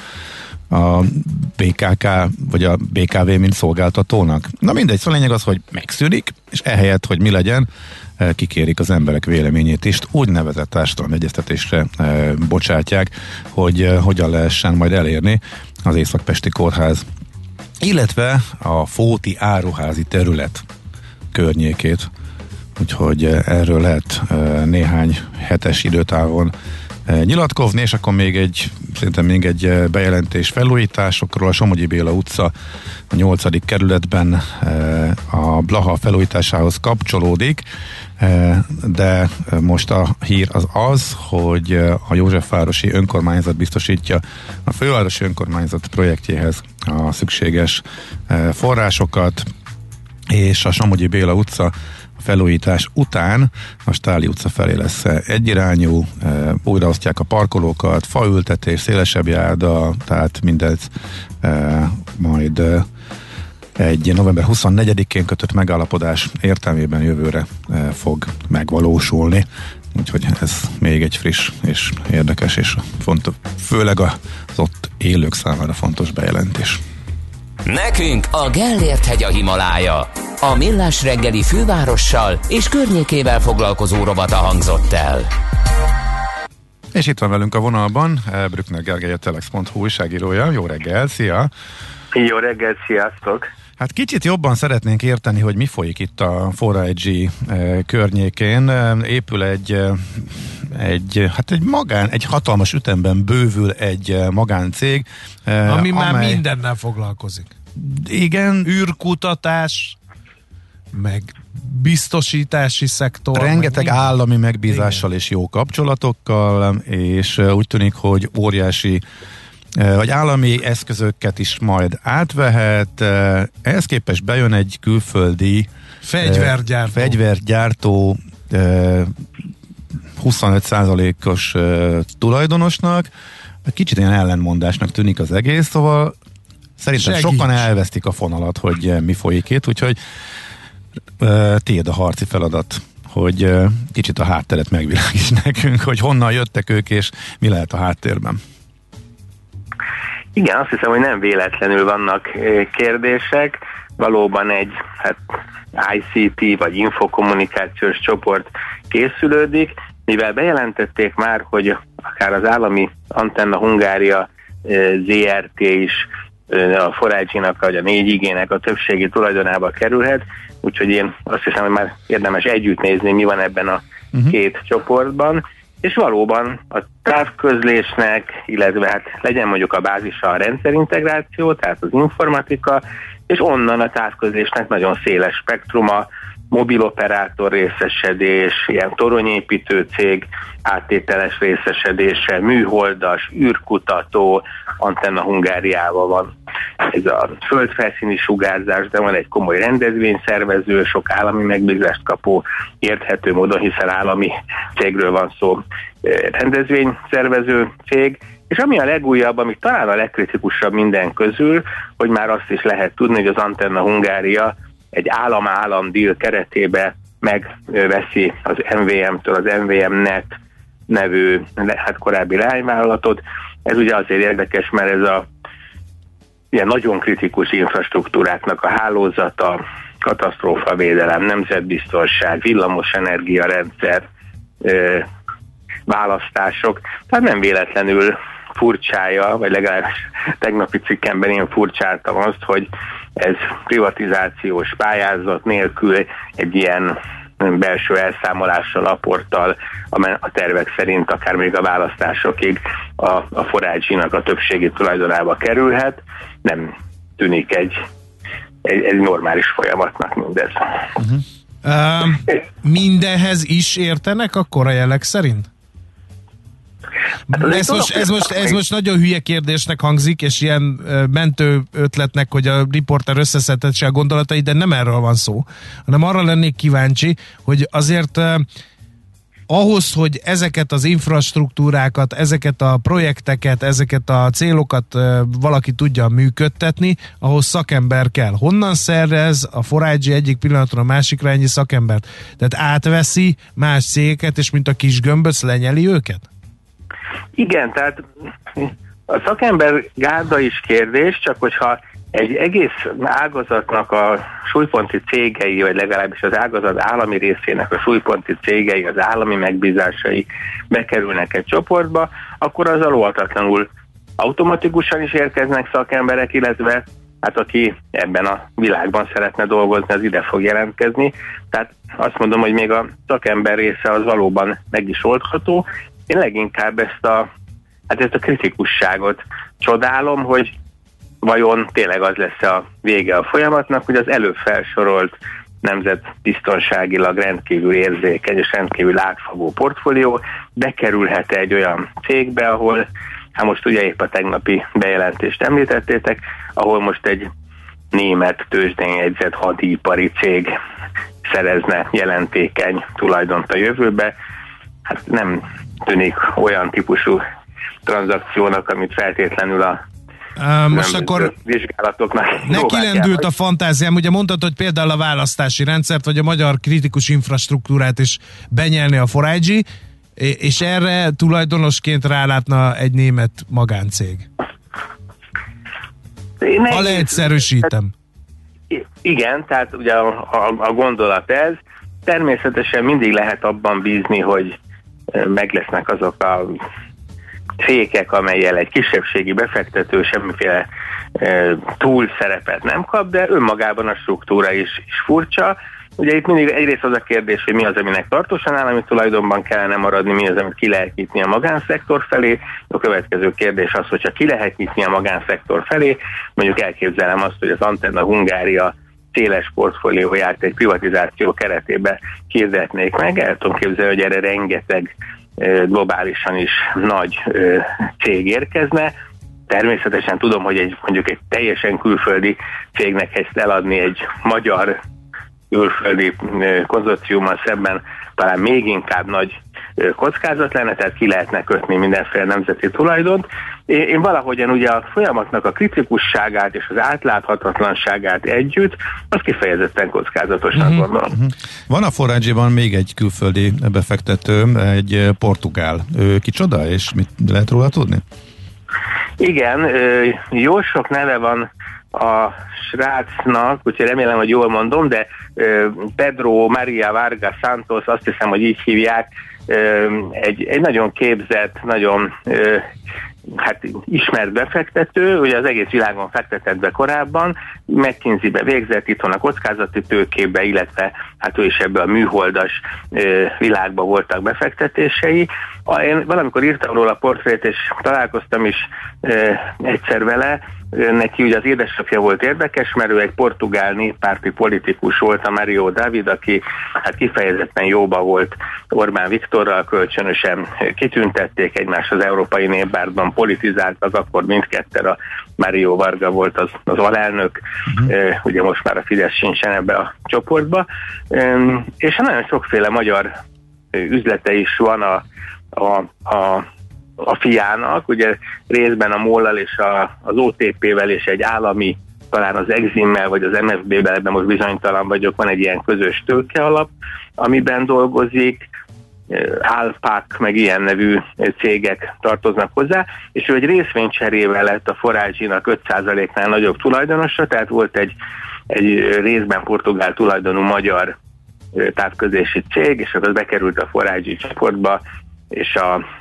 BKK, vagy a BKV, mint szolgáltatónak. Na mindegy, szóval lényeg az, hogy megszűnik, és ehelyett, hogy mi legyen, kikérik az emberek véleményét is, úgynevezett társadalmi egyeztetésre bocsátják, hogy hogyan lehessen majd elérni az Északpesti Kórház, illetve a Fóti áruházi terület környékét. Úgyhogy erről lehet néhány hetes időtávon nyilatkozni, és akkor szerintem még egy bejelentés felújításokról. A Somogyi Béla utca a 8. kerületben a Blaha felújításához kapcsolódik, de most a hír az, hogy a Józsefvárosi önkormányzat biztosítja a fővárosi önkormányzat projektjéhez a szükséges forrásokat, és a Somogyi Béla utca felújítás után a Stáli utca felé lesz egyirányú, újraosztják a parkolókat, faültetés, szélesebb járda, tehát mindez majd egy november 24-én kötött megállapodás értelmében jövőre fog megvalósulni. Úgyhogy ez még egy friss és érdekes, és fontos, főleg az ott élők számára fontos bejelentés. Nekünk a Gellért-hegy a Himalája. A Millás reggeli fővárossal és környékével foglalkozó rovata hangzott el. És itt van velünk a vonalban Brückner Gergely, a telex.hu újságírója. Jó reggel, szia! Jó reggel, sziasztok! Hát kicsit jobban szeretnénk érteni, hogy mi folyik itt a 4IG környékén. Épül egy hatalmas ütemben bővül egy magáncég. Ami már mindennel foglalkozik. Igen. Űrkutatás, meg biztosítási szektor. Rengeteg állami megbízással és jó kapcsolatokkal, és úgy tűnik, hogy óriási vagy állami eszközöket is majd átvehet. Ehhez képest bejön egy külföldi fegyvergyártó 25%-os tulajdonosnak. Kicsit ilyen ellenmondásnak tűnik az egész, szóval szerintem sokan elvesztik a fonalat, hogy mi folyik itt, úgyhogy tiéd a harci feladat, hogy kicsit a hátteret megvilágíts nekünk, hogy honnan jöttek ők, és mi lehet a háttérben. Igen, azt hiszem, hogy nem véletlenül vannak kérdések. Valóban egy ICT vagy infokommunikációs csoport készülődik, mivel bejelentették már, hogy akár az állami Antenna Hungária ZRT is a Forágyinak vagy a 4IG-nek a többségi tulajdonába kerülhet, úgyhogy én azt hiszem, hogy már érdemes együtt nézni, mi van ebben a két csoportban, és valóban a távközlésnek, illetve hát legyen mondjuk a bázisa a rendszerintegráció, tehát az informatika, és onnan a távközlésnek nagyon széles spektruma, mobiloperátor részesedés, ilyen toronyépítő cég áttételes részesedése, műholdas, űrkutató, Antenna Hungáriával van ez a földfelszíni sugárzás, de van egy komoly rendezvényszervező, sok állami megbízást kapó, érthető módon, hiszen állami cégről van szó, rendezvényszervező cég, és ami a legújabb, ami talán a legkritikusabb minden közül, hogy már azt is lehet tudni, hogy az Antenna Hungária egy állam-állam deal keretébe megveszi az MVM-től az MVM-net nevű, hát korábbi leányvállalatot. Ez ugye azért érdekes, mert ez a ilyen nagyon kritikus infrastruktúráknak a hálózata, katasztrófavédelem, nemzetbiztonság, villamos energiarendszer, választások. Tehát nem véletlenül furcsája, vagy legalábbis tegnapi cikkemben én furcsáltam azt, hogy ez privatizációs pályázat nélkül egy ilyen belső elszámolással, aporttal, a tervek szerint akár még a választásokig a Forágyinak a többségi tulajdonába kerülhet. Nem tűnik egy normális folyamatnak mindez. Mindenhez is értenek akkor a jelek szerint? Ez most nagyon hülye kérdésnek hangzik, és ilyen mentő ötletnek, hogy a riporter összeszedhetse a gondolatait, de nem erről van szó, hanem arra lennék kíváncsi, hogy azért ahhoz, hogy ezeket az infrastruktúrákat, ezeket a projekteket, ezeket a célokat valaki tudja működtetni, ahhoz szakember kell. Honnan szerez a Forágyi egyik pillanatra a másikra ennyi szakembert? Tehát átveszi más cégeket, és mint a kis gömböc lenyeli őket? Igen, tehát a szakember gárda is kérdés, csak hogyha egy egész ágazatnak a súlyponti cégei, vagy legalábbis az ágazat állami részének a súlyponti cégei, az állami megbízásai bekerülnek egy csoportba, akkor az óhatatlanul automatikusan is érkeznek szakemberek, illetve hát aki ebben a világban szeretne dolgozni, az ide fog jelentkezni. Tehát azt mondom, hogy még a szakember része az valóban meg is oldható. Én leginkább ezt a kritikusságot csodálom, hogy vajon tényleg az lesz a vége a folyamatnak, hogy az előbb felsorolt nemzetbiztonságilag rendkívül érzékeny és rendkívül átfogó portfólió bekerülhet egy olyan cégbe, ahol, hát most ugye épp a tegnapi bejelentést említettétek, ahol most egy német tőzsdén jegyzett hadipari cég szerezne jelentékeny tulajdont a jövőbe. Hát nem tűnik olyan típusú tranzakciónak, amit feltétlenül a most akkor vizsgálatoknak neki lendült a fantáziám, ugye mondtad, hogy például a választási rendszert, vagy a magyar kritikus infrastruktúrát is benyelni a Forágyi, és erre tulajdonosként rálátna egy német magáncég. Ha leegyszerűsítem. Igen, tehát ugye a gondolat ez. Természetesen mindig lehet abban bízni, hogy meg lesznek azok a fékek, amellyel egy kisebbségi befektető semmiféle túl szerepet nem kap, de önmagában a struktúra is furcsa. Ugye itt mindig egyrészt az a kérdés, hogy mi az, aminek tartósan állami tulajdonban kellene maradni, mi az, amit ki lehet nyitni a magánszektor felé. A következő kérdés az, hogyha ki lehet nyitni a magánszektor felé, mondjuk elképzelem azt, hogy az Antenna Hungária széles portfólióját egy privatizáció keretébe hirdetnék meg. El tudom képzelni, hogy erre rengeteg globálisan is nagy cég érkezne. Természetesen tudom, hogy mondjuk egy teljesen külföldi cégnek ezt eladni egy magyar külföldi konzorciummal szemben talán még inkább nagy kockázat lenne, tehát ki lehetne kötni mindenféle nemzeti tulajdont. Én valahogyan ugye a folyamatnak a kritikusságát és az átláthatatlanságát együtt, az kifejezetten kockázatosnak gondolom. Van a Forage-ban még egy külföldi befektető, egy portugál. Ő kicsoda, és mit lehet róla tudni? Igen, jó sok neve van a srácnak, úgyhogy remélem, hogy jól mondom, de Pedro Maria Vargas Santos, azt hiszem, hogy így hívják, egy nagyon képzett, nagyon ismert befektető, ugye az egész világon fektetett be korábban, McKinsey-be végzett, itthon a kockázati tőkébe, illetve hát ő is ebbe a műholdas világba voltak befektetései. Én valamikor írtam róla a portrét, és találkoztam is egyszer vele. Neki ugye az édesapja volt érdekes, mert ő egy portugál néppárti politikus volt, a Mário David, aki hát kifejezetten jóba volt Orbán Viktorral, kölcsönösen kitüntették egymást az Európai Néppártban, politizáltak, akkor mindketten a Mário Varga volt az alelnök, ugye most már a Fidesz sincsen ebbe a csoportba, és nagyon sokféle magyar üzlete is van a fiának, ugye részben a MOL-lal és az OTP-vel és egy állami, talán az Eximmel vagy az MFB-vel, ebben most bizonytalan vagyok, van egy ilyen közös tőkealap, amiben dolgozik, Alpak, meg ilyen nevű cégek tartoznak hozzá, és ő egy részvénycserével lett a Forage-nak 5%-nál nagyobb tulajdonosa, tehát volt egy részben portugál tulajdonú magyar távközlési cég, és akkor bekerült a Forage csoportba, és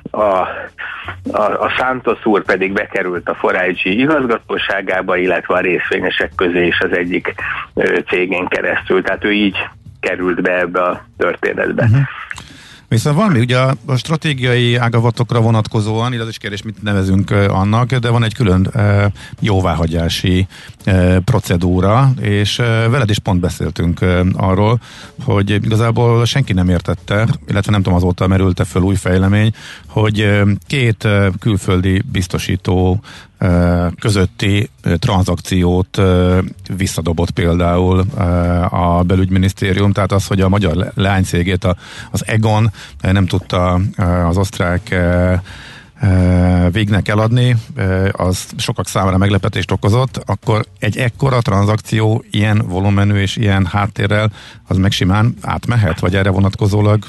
a Santos úr pedig bekerült a Forage igazgatóságába, illetve a részvényesek közé is az egyik cégén keresztül, tehát ő így került be ebbe a történetbe. Viszont van még ugye a stratégiai ágazatokra vonatkozóan, így az is kérdés, mit nevezünk annak, de van egy külön jóváhagyási procedúra, és veled is pont beszéltünk arról, hogy igazából senki nem értette, illetve nem tudom, azóta merült-e föl új fejlemény, hogy két külföldi biztosító közötti tranzakciót visszadobott például a belügyminisztérium, tehát az, hogy a magyar leánycégét, az Egon nem tudta az osztrák végnek eladni, az sokak számára meglepetést okozott, akkor egy ekkora tranzakció ilyen volumenű és ilyen háttérrel, az meg simán átmehet, vagy erre vonatkozólag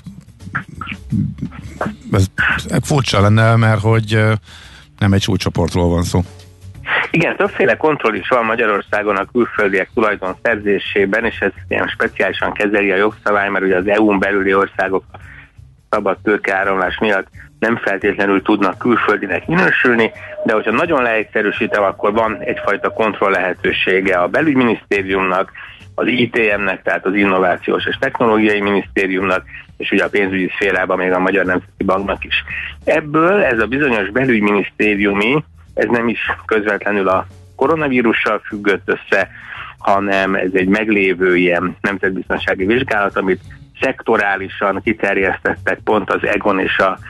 ez furcsa lenne, mert hogy nem egy súlycsoportról van szó. Igen, többféle kontroll is van Magyarországon a külföldiek tulajdon szerzésében, és ez ilyen speciálisan kezeli a jogszabály, mert ugye az EU-n belüli országok a szabad tőkeáramlás miatt nem feltétlenül tudnak külföldinek minősülni, de hogyha nagyon leegyszerűsítem, akkor van egyfajta kontroll lehetősége a belügyminisztériumnak, az ITM-nek, tehát az Innovációs és Technológiai Minisztériumnak, és ugye a pénzügyi szférában még a Magyar Nemzeti Banknak is. Ebből ez a bizonyos belügyminisztériumi, ez nem is közvetlenül a koronavírussal függött össze, hanem ez egy meglévő ilyen nemzetbiztonsági vizsgálat, amit szektorálisan kiterjesztettek pont az Egon és a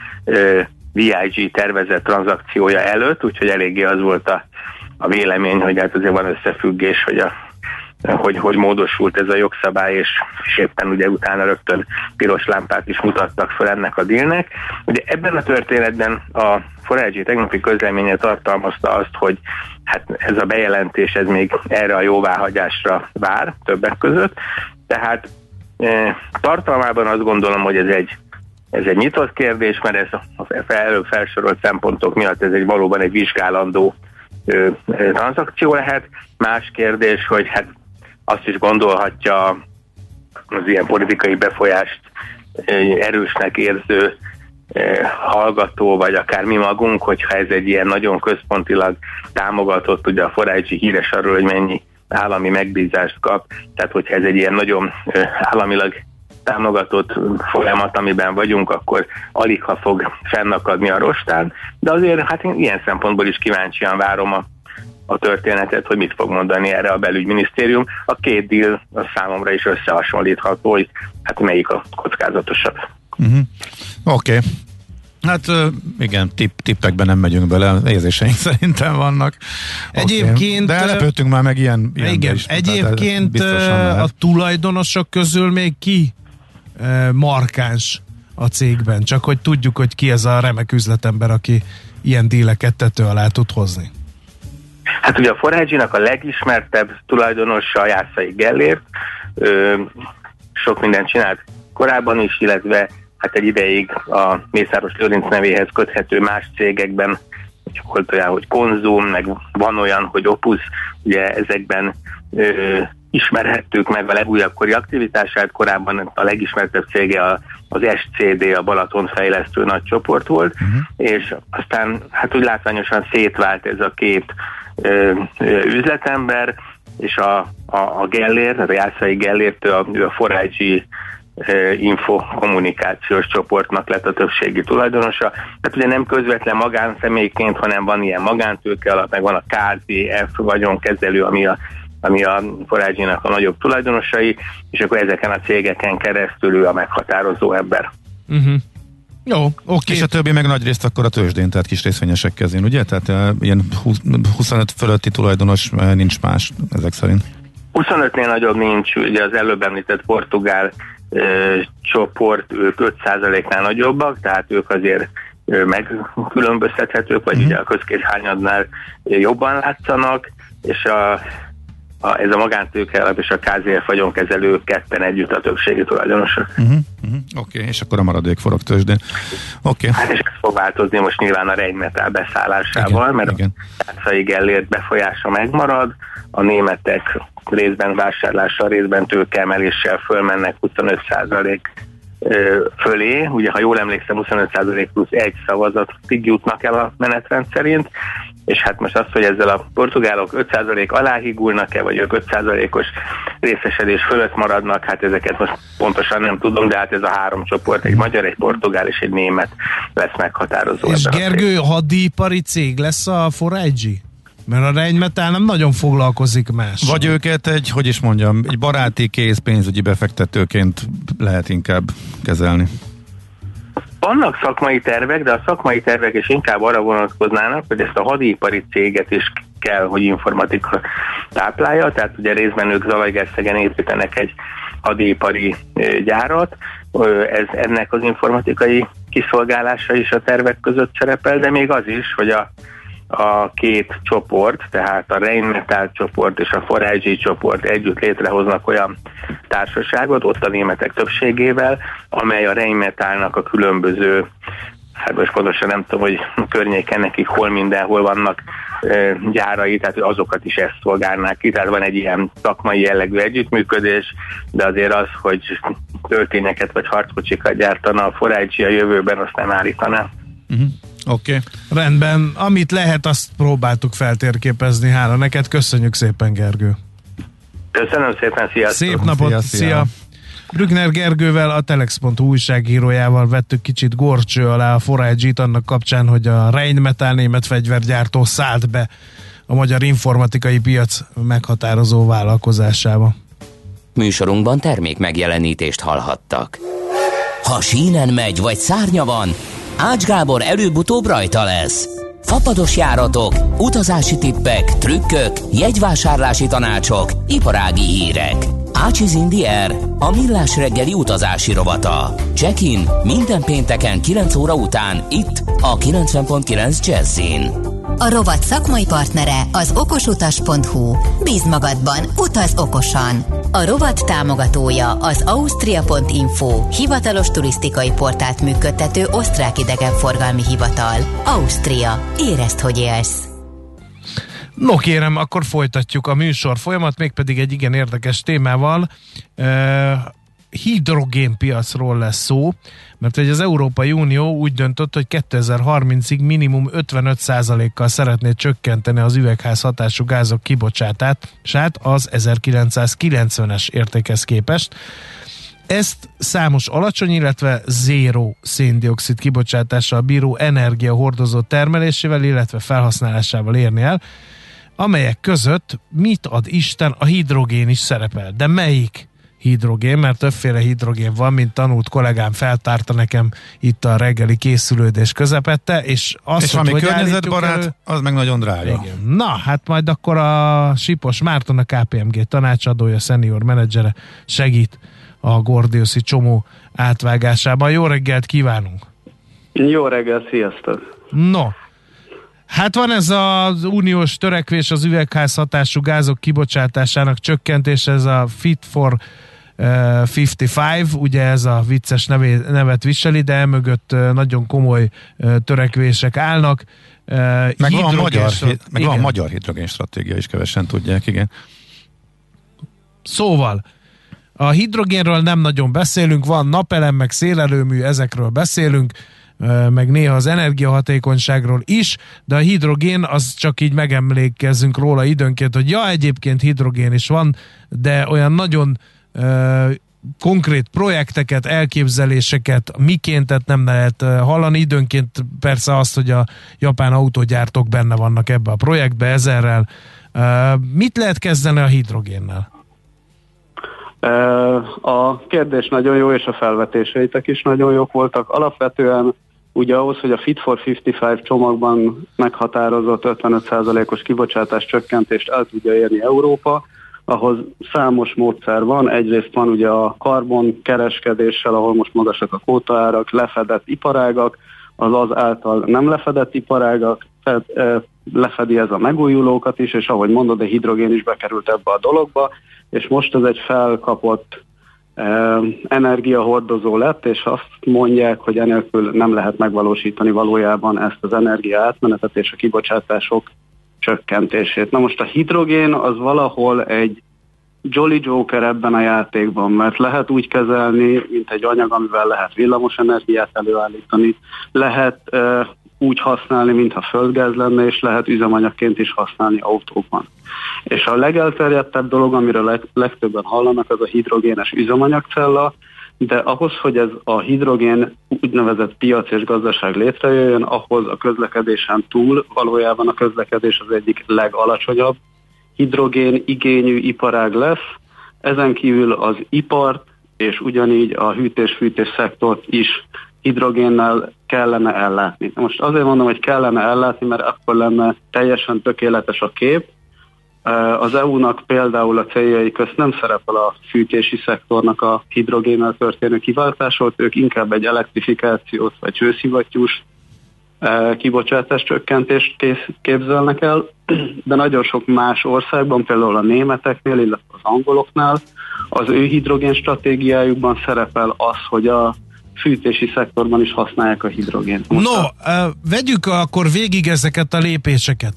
VIG tervezett tranzakciója előtt, úgyhogy eléggé az volt a vélemény, hogy hát azért van összefüggés, hogy módosult ez a jogszabály, és éppen ugye utána rögtön piros lámpát is mutattak fel ennek a dílnek. Ugye ebben a történetben a Forage tegnapi közleménye tartalmazta azt, hogy hát ez a bejelentés ez még erre a jóváhagyásra vár többek között, tehát tartalmában azt gondolom, hogy ez egy nyitott kérdés, mert ez előbb felsorolt szempontok miatt ez valóban egy vizsgálandó tranzakció lehet. Más kérdés, hogy hát azt is gondolhatja az ilyen politikai befolyást erősnek érző hallgató, vagy akár mi magunk, hogyha ez egy ilyen nagyon központilag támogatott, ugye a Forage híres arról, hogy mennyi állami megbízást kap, tehát hogyha ez egy ilyen nagyon államilag támogatott folyamat, amiben vagyunk, akkor alig ha fog fennakadni a rostán, de azért hát én ilyen szempontból is kíváncsian várom a történetet, hogy mit fog mondani erre a belügyminisztérium. A két deal a számomra is összehasonlítható, hogy hát melyik a kockázatosabb. Oké. Hát igen, tippekben nem megyünk bele, érzéseink szerintem vannak. Egyébként... De lepődtünk már meg ilyen igen, is. Egyébként a tulajdonosok közül még ki markáns a cégben, csak hogy tudjuk, hogy ki ez a remek üzletember, aki ilyen díleket tető alá tud hozni. Hát ugye a Forage-nak a legismertebb tulajdonosa Jászai Gellért, sok mindent csinált korábban is, illetve hát egy ideig a Mészáros Lőrinc nevéhez köthető más cégekben, volt olyan, hogy Konzum, meg van olyan, hogy Opus, ugye ezekben ismerhettük meg a legújabb kori aktivitását, korábban a legismertebb cége az SCD, a Balaton fejlesztő nagy csoport volt, és aztán hát úgy látványosan szétvált ez a két üzletember, és a Gellért, a Jászai Gellért, ő a Forage info kommunikációs csoportnak lett a többségi tulajdonosa. Tehát ugye nem közvetlen magánszemélyként, hanem van ilyen magántőke alap, meg van a KZF vagyonkezelő, ami a Forage-nak a nagyobb tulajdonosai, és akkor ezeken a cégeken keresztül ő a meghatározó ember. Jó, oké. És a többi meg nagy részt akkor a tőzsdén, tehát kis részvényesek kezén, ugye? Tehát ilyen 25 fölötti tulajdonos nincs más ezek szerint. 25-nél nagyobb nincs, ugye az előbb említett portugál csoport, ők 5%-nál nagyobbak, tehát ők azért megkülönböztethetők, vagy ugye a közkészhányadnál jobban látszanak, és ez a magántőke alap és a KZF vagyonkezelő ketten együtt a többségi tulajdonosok. Oké, és akkor a maradék forog tőzsdén. Oké. Hát és ez fog változni most nyilván a Rheinmetall beszállásával, mert a Jászai Gellért befolyása megmarad, a németek részben vásárlással, részben tőkeemeléssel fölmennek 25% fölé. Ugye, ha jól emlékszem, 25% plusz egy szavazatig jutnak el a menetrend szerint, és hát most az, hogy ezzel a portugálok 5% alá higulnak-e, vagy ők 5%-os részesedés fölött maradnak, hát ezeket most pontosan nem tudom, de hát ez a három csoport, egy magyar, egy portugál és egy német lesz meghatározó. És Gergő, hadipari cég lesz a Forage? Mert a Rheinmetall nem nagyon foglalkozik más. Vagy őket egy baráti készpénzügyi befektetőként lehet inkább kezelni. Vannak szakmai tervek, de a szakmai tervek is inkább arra vonatkoznának, hogy ezt a hadipari céget is kell, hogy informatika táplálja, tehát ugye részben ők Zalaegerszegen építenek egy hadipari gyárat, ennek az informatikai kiszolgálása is a tervek között szerepel, de még az is, hogy a két csoport, tehát a Rheinmetall csoport és a Forage csoport együtt létrehoznak olyan társaságot, ott a németek többségével, amely a Rheinmetallnak a különböző, hát most pontosan nem tudom, hogy környéken nekik hol mindenhol vannak gyárai, tehát azokat is ezt szolgálnák ki, tehát van egy ilyen szakmai jellegű együttműködés, de azért az, hogy töltényeket vagy harckocsikat gyártana a Forage a jövőben, azt nem állítaná. Oké. Rendben, amit lehet, azt próbáltuk feltérképezni. Hála neked, köszönjük szépen, Gergő. Köszönöm szépen, sziasztok! Szép napot, szia! Brückner Gergővel, a Telex.hu újságírójával vettük kicsit górcső alá a Forage-t annak kapcsán, hogy a Rheinmetall német fegyvergyártó szállt be a magyar informatikai piac meghatározó vállalkozásába. Műsorunkban termék megjelenítést hallhattak. Ha sínen megy, vagy szárnya van, Ács Gábor előbb-utóbb rajta lesz. Fapados járatok, utazási tippek, trükkök, jegyvásárlási tanácsok, iparági hírek. Ácsiz in the Air, a millás reggeli utazási rovata. Check-in minden pénteken 9 óra után itt a 90.9 Jazzin. A rovat szakmai partnere az okosutas.hu. Bízd magadban, utaz okosan! A rovat támogatója az Austria.info, hivatalos turisztikai portált működtető osztrák idegenforgalmi hivatal. Ausztria. Érezd, hogy élsz! No kérem, akkor folytatjuk a műsor folyamat, mégpedig egy igen érdekes témával. Hidrogénpiacról lesz szó, mert hogy az Európai Unió úgy döntött, hogy 2030-ig minimum 55%-kal szeretné csökkenteni az üvegházhatású gázok kibocsátását az 1990-es értékhez képest. Ezt számos alacsony, illetve zéró széndioxid kibocsátással bíró energiahordozó termelésével, illetve felhasználásával érni el, amelyek között mit ad Isten, a hidrogén is szerepel. De melyik hidrogén, mert többféle hidrogén van, mint tanult kollégám feltárta nekem itt a reggeli készülődés közepette, és azt, és ami környezetbarát, az meg nagyon drága. Igen. Na, hát majd akkor a Sipos Márton, a KPMG tanácsadója, senior menedzsere segít a Gordiuszi csomó átvágásában. Jó reggelt kívánunk! Jó reggelt, sziasztok! No, hát van ez az uniós törekvés az üvegházhatású gázok kibocsátásának csökkentése, ez a Fit for 55, ugye ez a vicces nevet viseli, de emögött nagyon komoly törekvések állnak. Meg van magyar hidrogén stratégia is, kevesen tudják, igen. Szóval, a hidrogénről nem nagyon beszélünk, van napelem, meg szélerőmű, ezekről beszélünk, meg néha az energiahatékonyságról is, de a hidrogén, az csak így megemlékezzünk róla időnként, hogy ja, egyébként hidrogén is van, de olyan nagyon konkrét projekteket, elképzeléseket mikéntet nem lehet hallani. Időnként persze azt, hogy a japán autógyártók benne vannak ebbe a projektbe, ezerrel. Mit lehet kezdeni a hidrogénnel? A kérdés nagyon jó, és a felvetéseitek is nagyon jók voltak. Alapvetően ugye ahhoz, hogy a Fit for 55 csomagban meghatározott 55%-os kibocsátás csökkentést el tudja érni Európa, ahhoz számos módszer van. Egyrészt van ugye a karbon kereskedéssel, ahol most magasak a kvótaárak, lefedett iparágak, az által nem lefedett iparágak, lefedi ez a megújulókat is, és ahogy mondod, a hidrogén is bekerült ebbe a dologba, és most ez egy felkapott energiahordozó lett, és azt mondják, hogy enélkül nem lehet megvalósítani valójában ezt az energia átmenetet és a kibocsátások csökkentését. Na most a hidrogén az valahol egy Jolly Joker ebben a játékban, mert lehet úgy kezelni, mint egy anyag, amivel lehet villamos energiát előállítani, lehet úgy használni, mintha földgáz lenne, és lehet üzemanyagként is használni autókban. És a legelterjedtebb dolog, amiről legtöbben hallanak, az a hidrogénes üzemanyagcella, de ahhoz, hogy ez a hidrogén úgynevezett piac és gazdaság létrejöjjön, ahhoz a közlekedésen túl valójában a közlekedés az egyik legalacsonyabb hidrogén igényű iparág lesz. Ezen kívül az ipart és ugyanígy a hűtés-fűtés szektort is hidrogénnel kellene ellátni. Most azért mondom, hogy kellene ellátni, mert akkor lenne teljesen tökéletes a kép. Az EU-nak például a céljai közt nem szerepel a fűtési szektornak a hidrogénnel történő kiváltásot, ők inkább egy elektrifikációt vagy hőszivattyús kibocsátás csökkentést képzelnek el, de nagyon sok más országban, például a németeknél, illetve az angoloknál az ő hidrogén stratégiájukban szerepel az, hogy a fűtési szektorban is használják a hidrogént. Vegyük akkor végig ezeket a lépéseket.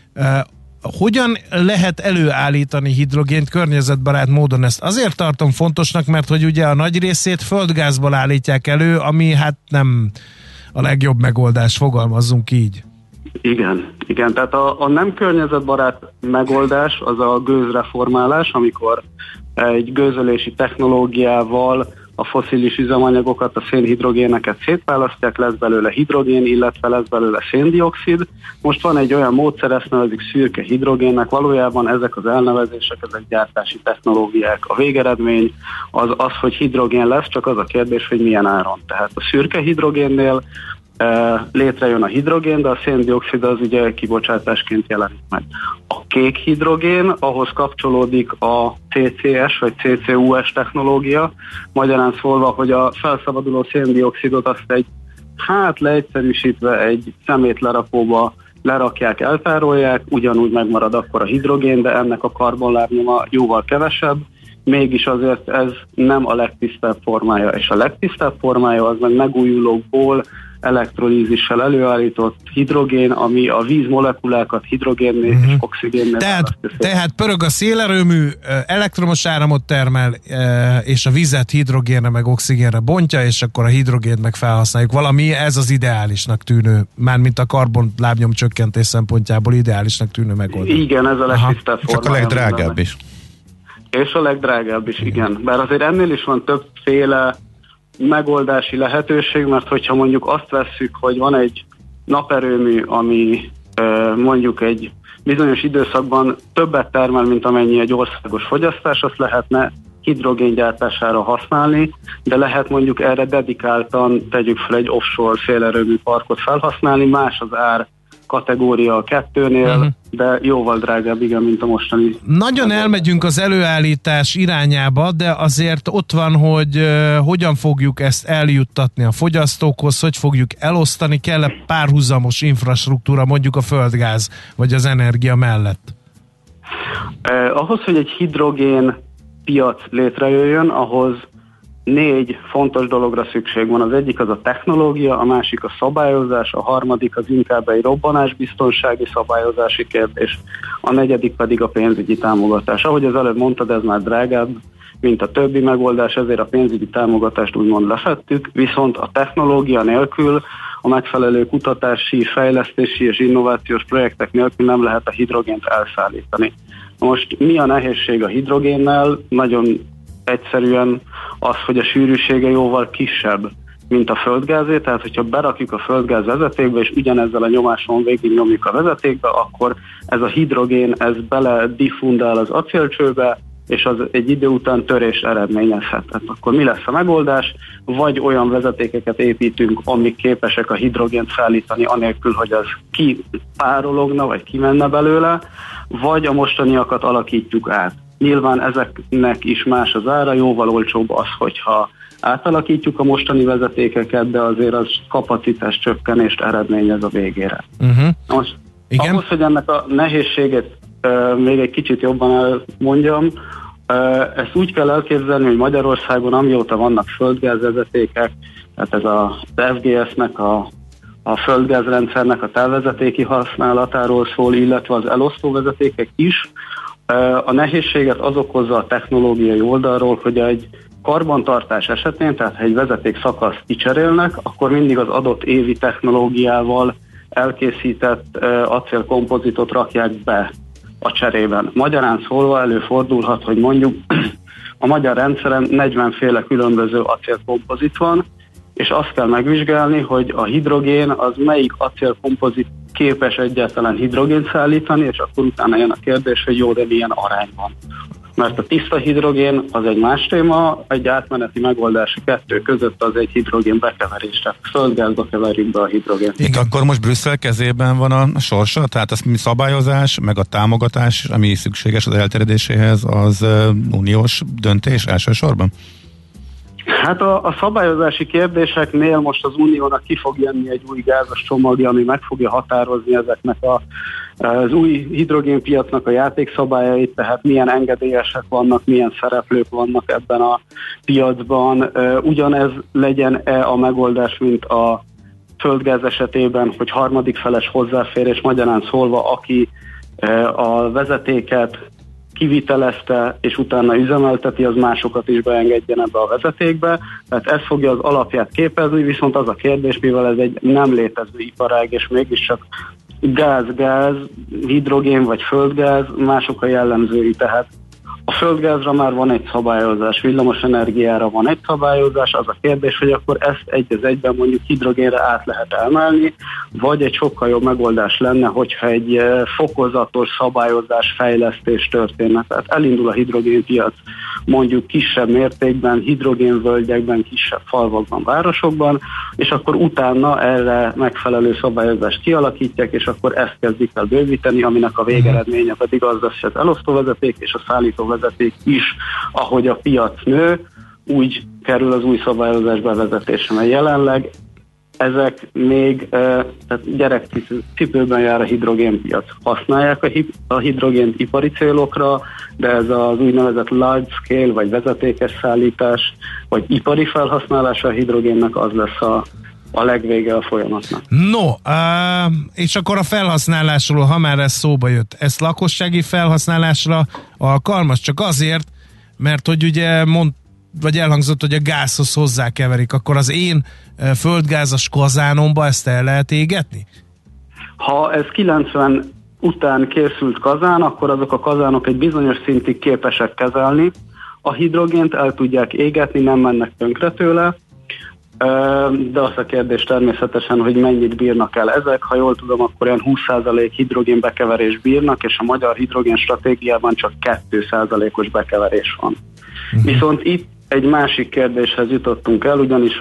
Hogyan lehet előállítani hidrogént környezetbarát módon? Ezt azért tartom fontosnak, mert hogy ugye a nagy részét földgázból állítják elő, ami hát nem a legjobb megoldás, fogalmazzunk így. Igen. Tehát a nem környezetbarát megoldás az a gőzreformálás, amikor egy gőzölési technológiával a fosszilis üzemanyagokat, a szénhidrogéneket szétválasztják, lesz belőle hidrogén, illetve lesz belőle széndioxid. Most van egy olyan módszer, ezt nevezik szürke hidrogénnek, valójában ezek az elnevezések, ezek gyártási technológiák. A végeredmény az, hogy hidrogén lesz, csak az a kérdés, hogy milyen áron. Tehát a szürke hidrogénnél létrejön a hidrogén, de a széndioxid az ugye kibocsátásként jelenik meg. A kék hidrogén, ahhoz kapcsolódik a CCS vagy CCUS technológia, magyarán szólva, hogy a felszabaduló széndioxidot azt leegyszerűsítve egy szemétlerakóba lerakják, eltárolják, ugyanúgy megmarad akkor a hidrogén, de ennek a karbonlábnyoma jóval kevesebb, mégis azért ez nem a legtisztább formája, és a legtisztább formája az meg megújulókból elektrolízissel előállított hidrogén, ami a víz molekulákat hidrogénné és oxigénné. Tehát pörög a szélerőmű, elektromos áramot termel, és a vizet hidrogénre meg oxigénre bontja, és akkor a hidrogént meg felhasználjuk. Valami ez az ideálisnak tűnő, mármint a karbon lábnyom csökkentés szempontjából ideálisnak tűnő megoldás. Igen, ez a legtisztább formája. Csak a legdrágább is. És a legdrágább is, igen. Bár azért ennél is van többféle megoldási lehetőség, mert hogyha mondjuk azt vesszük, hogy van egy naperőmű, ami mondjuk egy bizonyos időszakban többet termel, mint amennyi egy országos fogyasztás, azt lehetne hidrogéngyártására használni, de lehet mondjuk erre dedikáltan, tegyük fel egy offshore szélerőmű parkot felhasználni, más az ár kategória a kettőnél, de jóval drágább, igen, mint a mostani. Nagyon elmegyünk az előállítás irányába, de azért ott van, hogy hogyan fogjuk ezt eljuttatni a fogyasztókhoz, hogy fogjuk elosztani, kell-e párhuzamos infrastruktúra mondjuk a földgáz vagy az energia mellett? Ahhoz, hogy egy hidrogén piac létrejöjjön, ahhoz 4 fontos dologra szükség van. Az egyik az a technológia, a másik a szabályozás, a harmadik az inkább egy robbanásbiztonsági szabályozási kérdés, a negyedik pedig a pénzügyi támogatás. Ahogy az előbb mondtad, ez már drágább, mint a többi megoldás, ezért a pénzügyi támogatást úgymond lefettük, viszont a technológia nélkül, a megfelelő kutatási, fejlesztési és innovációs projektek nélkül nem lehet a hidrogént elszállítani. Most mi a nehézség a hidrogénnel? Nagyon egyszerűen az, hogy a sűrűsége jóval kisebb, mint a földgázé, tehát hogyha berakjuk a földgáz vezetékbe, és ugyanezzel a nyomáson végig nyomjuk a vezetékbe, akkor ez a hidrogén, ez bele diffundál az acélcsőbe, és az egy idő után törést eredményezhet. Tehát akkor mi lesz a megoldás? Vagy olyan vezetékeket építünk, amik képesek a hidrogént szállítani, anélkül, hogy az kipárologna, vagy kimenne belőle, vagy a mostaniakat alakítjuk át. Nyilván ezeknek is más az ára, jóval olcsóbb az, hogyha átalakítjuk a mostani vezetékeket, de azért az kapacitás csökkenést eredményez a végére. Most igen? Ahhoz, hogy ennek a nehézségét még egy kicsit jobban elmondjam, ezt úgy kell elképzelni, hogy Magyarországon amióta vannak földgázvezetékek, tehát ez a FGS-nek, a földgázrendszernek a távvezetéki használatáról szól, illetve az elosztóvezetékek is. A nehézséget az okozza a technológiai oldalról, hogy egy karbantartás esetén, tehát ha egy vezeték szakaszt kicserélnek, akkor mindig az adott évi technológiával elkészített acélkompozitot rakják be a cserében. Magyarán szólva előfordulhat, hogy mondjuk a magyar rendszeren 40 féle különböző acélkompozit van, és azt kell megvizsgálni, hogy a hidrogén az melyik acélkompozit képes egyáltalán hidrogént szállítani, és akkor utána jön a kérdés, hogy jó, de milyen arányban. Mert a tiszta hidrogén az egy más téma, egy átmeneti megoldás a kettő között az egy hidrogén bekeverés, tehát földgázba keverjük be a hidrogént. Itt akkor most Brüsszel kezében van a sorsa, tehát az szabályozás, meg a támogatás, ami szükséges az elterjedéséhez, az uniós döntés elsősorban? Hát a szabályozási kérdéseknél most az Uniónak ki fog jönni egy új gázos csomagja, ami meg fogja határozni ezeknek az új hidrogénpiacnak a játékszabályait, tehát milyen engedélyesek vannak, milyen szereplők vannak ebben a piacban. Ugyanez legyen-e a megoldás, mint a földgáz esetében, hogy harmadik feles hozzáférés, magyarán szólva, aki a vezetéket kivitelezte, és utána üzemelteti, az másokat is beengedjen ebbe a vezetékbe. Tehát ez fogja az alapját képezni, viszont az a kérdés, mivel ez egy nem létező iparág, és mégiscsak gáz, hidrogén vagy földgáz, mások a jellemzői, tehát a földgázra már van egy szabályozás, villamos energiára van egy szabályozás, az a kérdés, hogy akkor ezt egy az egyben mondjuk hidrogénre át lehet emelni, vagy egy sokkal jobb megoldás lenne, hogyha egy fokozatos szabályozás, fejlesztés történne. Tehát elindul a hidrogénpiac mondjuk kisebb mértékben, hidrogénvölgyekben, kisebb falvakban, városokban, és akkor utána erre megfelelő szabályozást kialakítják, és akkor ezt kezdik el bővíteni, aminek a végeredménye pedig az lesz, hogy az elosztóvezeték és a szállítóvezeték is, ahogy a piac nő, úgy kerül az új szabályozás bevezetésre, mert jelenleg ezek még tehát gyerekcipőben jár a hidrogénpiac. Használják a hidrogént ipari célokra, de ez az úgynevezett large scale, vagy vezetékes szállítás, vagy ipari felhasználása a hidrogénnek az lesz a legvége a folyamatnak. No, és akkor a felhasználásról, ha már ez szóba jött, ez lakossági felhasználásra alkalmas? Csak azért, mert hogy ugye vagy elhangzott, hogy a gázhoz hozzákeverik, akkor az én földgázas kazánomba ezt el lehet égetni? Ha ez 90 után készült kazán, akkor azok a kazánok egy bizonyos szintig képesek kezelni. A hidrogént el tudják égetni, nem mennek tönkre tőle, de az a kérdés természetesen, hogy mennyit bírnak el ezek. Ha jól tudom, akkor olyan 20% hidrogén bekeverés bírnak, és a magyar hidrogén stratégiában csak 2%-os bekeverés van. Viszont itt egy másik kérdéshez jutottunk el, ugyanis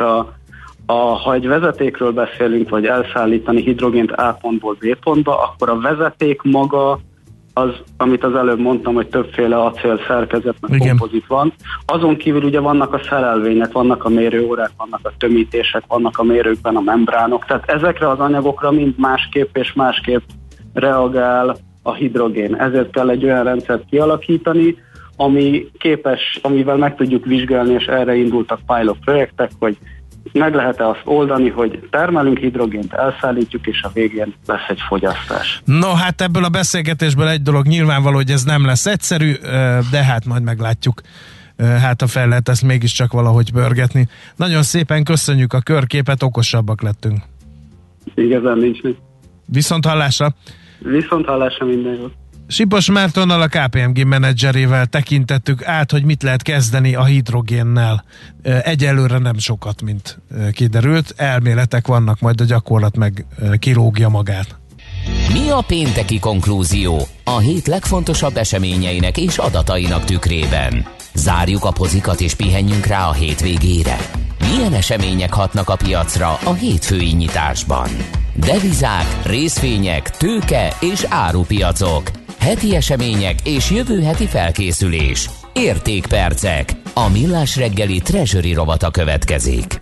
ha egy vezetékről beszélünk, vagy elszállítani hidrogént A pontból B pontba, akkor a vezeték maga az, amit az előbb mondtam, hogy többféle acél szerkezetnek kompozit van. Azon kívül ugye vannak a szerelvények, vannak a mérőórák, vannak a tömítések, vannak a mérőkben a membránok, tehát ezekre az anyagokra mind másképp és másképp reagál a hidrogén. Ezért kell egy olyan rendszert kialakítani, ami képes, amivel meg tudjuk vizsgálni, és erre indultak pilot projektek, hogy meg lehet-e azt oldani, hogy termelünk hidrogént, elszállítjuk, és a végén lesz egy fogyasztás. No, hát ebből a beszélgetésből egy dolog nyilvánvaló, hogy ez nem lesz egyszerű, de hát majd meglátjuk. Hát ha fel lehet ezt mégiscsak valahogy pörgetni. Nagyon szépen köszönjük a körképet, okosabbak lettünk. Igazán nincs mit. Viszont hallásra! Viszont hallásra, minden jót! Sipos Mártonnal, a KPMG menedzserével tekintettük át, hogy mit lehet kezdeni a hidrogénnel. Egyelőre nem sokat, mint kiderült. Elméletek vannak, majd a gyakorlat meg kirúgja magát. Mi a pénteki konklúzió a hét legfontosabb eseményeinek és adatainak tükrében? Zárjuk a pozikat és pihenjünk rá a hétvégére. Milyen események hatnak a piacra a hétfői nyitásban? Devizák, részvények, tőke és árupiacok. Heti események és jövő heti felkészülés. Értékpercek. A Millás reggeli Treasury rovata következik.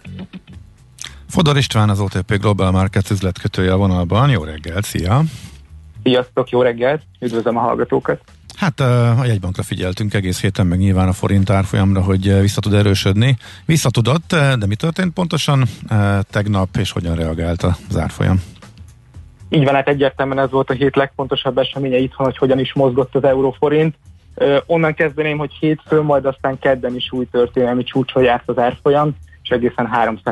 Fodor István, az OTP Global Markets üzletkötője a vonalban. Jó reggelt, szia! Sziasztok, jó reggelt! Üdvözlöm a hallgatókat! Hát a jegybankra figyeltünk egész héten, meg nyilván a forint árfolyamra, hogy vissza tud erősödni. Visszatudott, de mi történt pontosan tegnap, és hogyan reagált az árfolyam? Így van, hát egyértelműen ez volt a hét legfontosabb eseménye itthon, hogy hogyan is mozgott az euróforint. Onnan kezdeném, hogy hétfőn, majd aztán kedden is új történelmi csúcsra járt az árfolyam, és egészen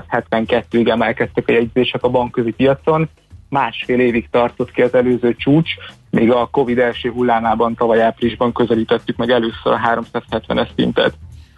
372-ig emelkedtek a jegyzések a bankközi piacon. Másfél évig tartott ki az előző csúcs, még a Covid első hullámában tavaly áprilisban közelítettük meg először a 370-es szintet.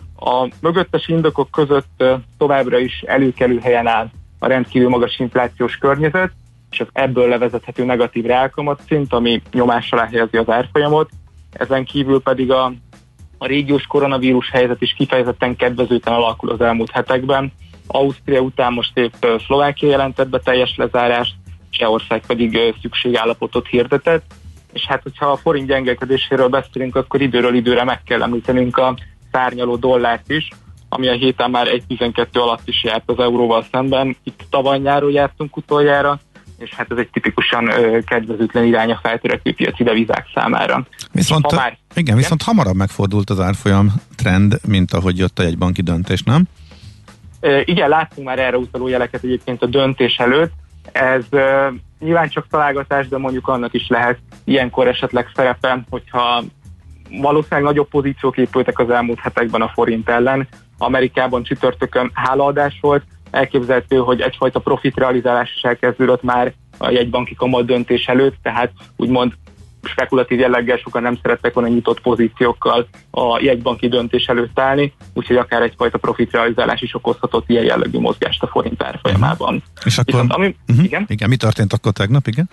A mögöttes indokok között továbbra is előkelő helyen áll a rendkívül magas inflációs környezet, és az ebből levezethető negatív reálkamatszint, ami nyomás alá helyezi az árfolyamot. Ezen kívül pedig a régiós koronavírus helyzet is kifejezetten kedvezőtlen alakul az elmúlt hetekben. Ausztria után most épp Szlovákia jelentett be teljes lezárást, Csehország pedig szükségállapotot hirdetett, és hát hogyha a forint gyengelkedéséről beszélünk, akkor időről időre meg kell említenünk a szárnyaló dollárt is, ami a héten már 1,12 alatt is járt az euróval szemben. Itt tavaly nyáron jártunk utoljára, és hát ez egy tipikusan kedvezőtlen irány a feltörekvő piaci devizák számára. Viszont hamarabb megfordult az árfolyam trend, mint ahogy jött a jegybanki döntés, nem? Igen, láttunk már erre utaló jeleket egyébként a döntés előtt. Ez nyilván csak találgatás, de mondjuk annak is lehet ilyenkor esetleg szerepe, hogyha valószínűleg nagyobb pozíciók épültek az elmúlt hetekben a forint ellen. Amerikában csütörtökön hálaadás volt, elképzelhető, hogy egyfajta profitrealizálás is elkezdődött már a jegybanki kamat döntés előtt, tehát úgymond spekulatív jelleggel sokan nem szerettek volna nyitott pozíciókkal a jegybanki döntés előtt állni, úgyhogy akár egyfajta profitrealizálás is okozhatott ilyen jellegű mozgást a forint árfolyamában. És akkor, igen, mi történt akkor tegnap, igen?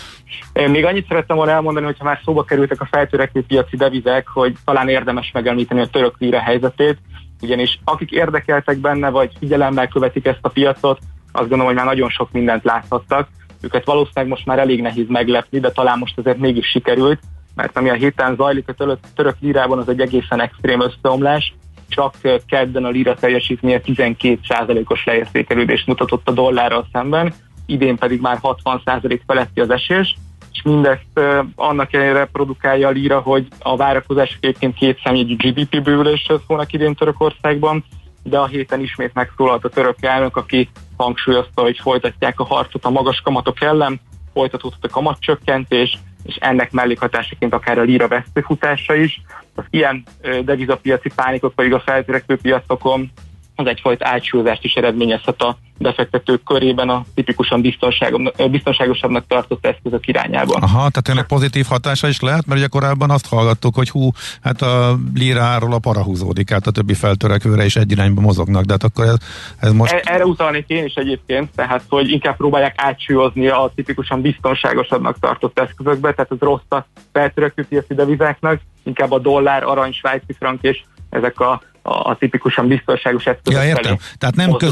Még annyit szerettem volna elmondani, hogyha már szóba kerültek a feltörekvő piaci devizek, hogy talán érdemes megemlíteni a török líra helyzetét, ugyanis akik érdekeltek benne, vagy figyelemmel követik ezt a piacot, azt gondolom, hogy már nagyon sok mindent láthattak. Őket valószínűleg most már elég nehéz meglepni, de talán most azért mégis sikerült, mert ami a héten zajlik a török lírában, az egy egészen extrém összeomlás. Csak kedden a líra teljesítménye 12%-os leértékelődést mutatott a dollárral szemben, idén pedig már 60% feletti az esés, és mindezt annak ellenére produkálja a líra, hogy a várakozások egyébként kétszámjegyű GDP bővülésről szólnak idén Törökországban, de a héten ismét megszólalt a török elnök, aki hangsúlyozta, hogy folytatják a harcot a magas kamatok ellen, folytatódott a kamatcsökkentés, és ennek mellékhatásaként akár a líra veszőfutása is. Az ilyen devizapiaci pánikok pedig a feltörekvő piacokon az egyfajta átsúlyozást is eredményezhet a befektetők körében a tipikusan biztonságosabbnak tartott eszközök irányában. Aha, tehát ennek pozitív hatása is lehet, mert ugye korábban azt hallgattuk, hogy hát a líráról a para húzódik át a többi feltörekvőre, és egy irányba mozognak, de hát akkor ez most... Erre utalnék én is egyébként, tehát hogy inkább próbálják átsúlyozni a tipikusan biztonságosabbnak tartott eszközökbe, tehát ez rossz a feltörekvő piaci devizáknak, inkább a dollár, arany, svájci frank és ezek a a tipikusan biztonságos eszközök. Ja, értem. Tehát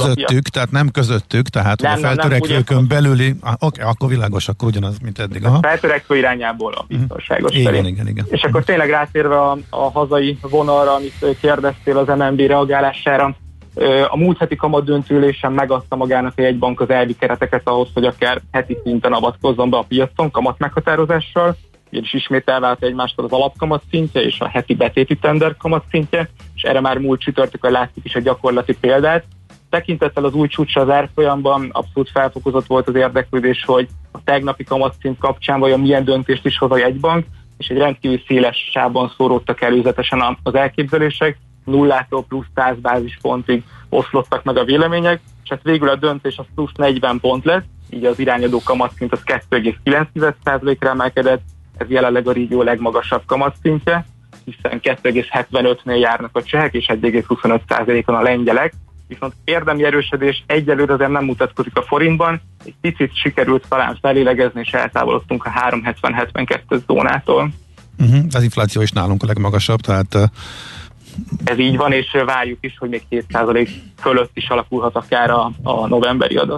nem közöttük, tehát a feltörekvőkön belüli, oké, akkor világos, akkor ugyanaz, mint eddig. A feltörekvő irányából a biztonságos felé. Igen. És akkor tényleg rátérve a hazai vonalra, amit kérdeztél az MNB reagálására, a múlt heti kamatdöntőülésen megadta magának a jegybank az elvi kereteket ahhoz, hogy akár heti szinten avatkozzon be a piacon kamat meghatározással, ugyanis ismét elvált egymástól az alapkamat szintje és a heti betéti tender kamat szintje, és erre már múlt csütörtökön láttuk is a gyakorlati példát. Tekintettel az új csúcsra az árfolyamban abszolút felfokozott volt az érdeklődés, hogy a tegnapi kamatszint kapcsán vajon milyen döntést is hoz a jegybank, és egy rendkívül széles sávban szóródtak előzetesen az elképzelések, 0-tól plusz 100 bázispontig oszlottak meg a vélemények, és hát végül a döntés az plusz 40 pont lett, így az irányadó kamatszint az 2,9%-ra emelkedett, ez jelenleg a régió legmagasabb kamatszintje, hiszen 2,75-nél járnak a csehek, és 1,25%-on a lengyelek, viszont érdemi erősödés egyelőre azért nem mutatkozik a forintban, egy picit sikerült talán felélegezni, és eltávolodtunk a 3,70-72 zónától. Az infláció is nálunk a legmagasabb, tehát... Ez így van, és várjuk is, hogy még 2% fölött is alakulhat akár a novemberi adat.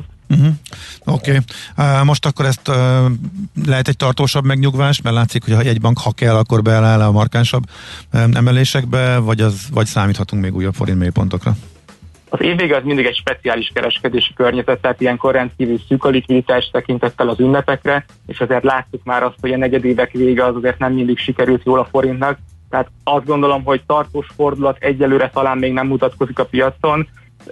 Oké. Most akkor ezt lehet egy tartósabb megnyugvás, mert látszik, hogy ha egy bank, ha kell, akkor beáll a markánsabb emelésekbe, vagy számíthatunk még újabb forint mélypontokra? Az évvége az mindig egy speciális kereskedési környezet, tehát ilyenkor rendkívül szűk a likviditás tekintettel az ünnepekre, és azért láttuk már azt, hogy a negyedévek vége az azért nem mindig sikerült jól a forintnak, tehát azt gondolom, hogy tartós fordulat egyelőre talán még nem mutatkozik a piacon,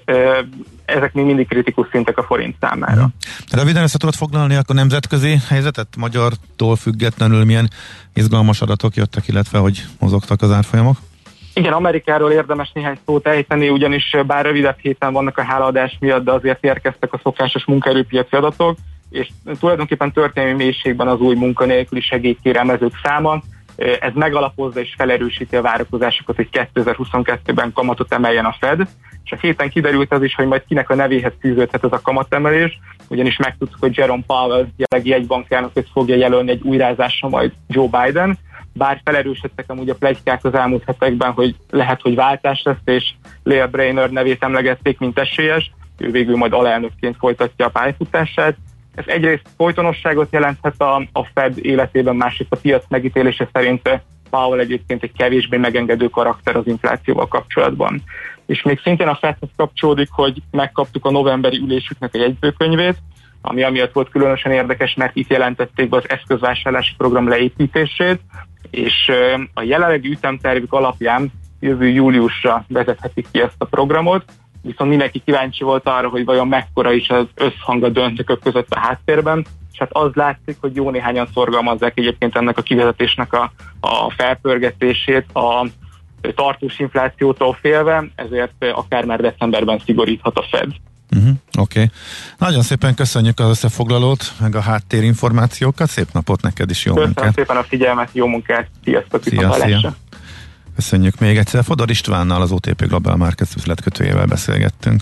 ezek még mindig kritikus szintek a forint számára. Röviden össze tudod foglalni akkor nemzetközi helyzetet? Magyartól függetlenül milyen izgalmas adatok jöttek, illetve hogy mozogtak az árfolyamok? Igen, Amerikáról érdemes néhány szót ejteni, ugyanis bár rövidebb héten vannak a hálaadás miatt, de azért érkeztek a szokásos munkaerőpiaci adatok, és tulajdonképpen történelmi mélységben az új munkanélküli segélykérelmezők száma. Ez megalapozza és felerősíti a várakozásokat, hogy 2022-ben kamatot emeljen a Fed, és a héten kiderült az is, hogy majd kinek a nevéhez fűződhet ez a kamatemelés, ugyanis megtudtuk, hogy Jerome Powell jelenlegi jegybankelnököt fogja jelölni egy újrázásra majd Joe Biden, bár felerősödtek amúgy a pletykák az elmúlt hetekben, hogy lehet, hogy váltás lesz, és Leah Brainerd nevét emlegették, mint esélyes, ő végül majd alelnökként folytatja a pályafutását. Ez egyrészt folytonosságot jelenthet a Fed életében, másrészt a piac megítélése szerint Powell egyébként egy kevésbé megengedő karakter az inflációval kapcsolatban. És még szintén a Fedhez kapcsolódik, hogy megkaptuk a novemberi ülésüknek a jegyzőkönyvét, ami amiatt volt különösen érdekes, mert itt jelentették be az eszközvásárlási program leépítését, és a jelenlegi ütemtervük alapján jövő júliusra vezethetik ki ezt a programot, viszont mindenki kíváncsi volt arra, hogy vajon mekkora is az összhang a döntőkök között a háttérben, és hát az látszik, hogy jó néhányan szorgalmazzák egyébként ennek a kivezetésnek a felpörgetését a tartós inflációtól félve, ezért akár már decemberben szigoríthat a Fed. Oké. Nagyon szépen köszönjük az összefoglalót, meg a háttérinformációkat, szép napot neked is, jó munkát! Köszönöm szépen a figyelmet, jó munkát, sziasztok! Szia. Köszönjük még egyszer. Fodor Istvánnal, az OTP Global Markets üzletkötőjével beszélgettünk.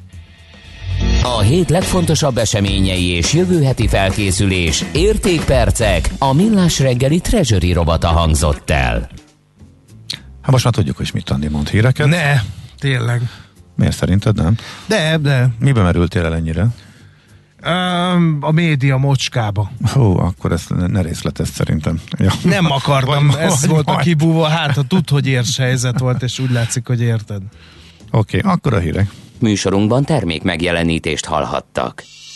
A hét legfontosabb eseményei és jövő heti felkészülés, értékpercek, a Millás reggeli Treasury rovata hangzott el. Hát most már tudjuk, hogy mit Andi mond híreket. Ne, tényleg. Miért szerinted nem? De. Miben merültél el ennyire? A média mocskába. Akkor ezt ne részletezd szerintem. Ja. Nem akartam, ez volt a kibúvó, hát ha tud, hogy érs helyzet volt, és úgy látszik, hogy érted. Oké, akkor a hírek. Műsorunkban termék megjelenítést hallhattak.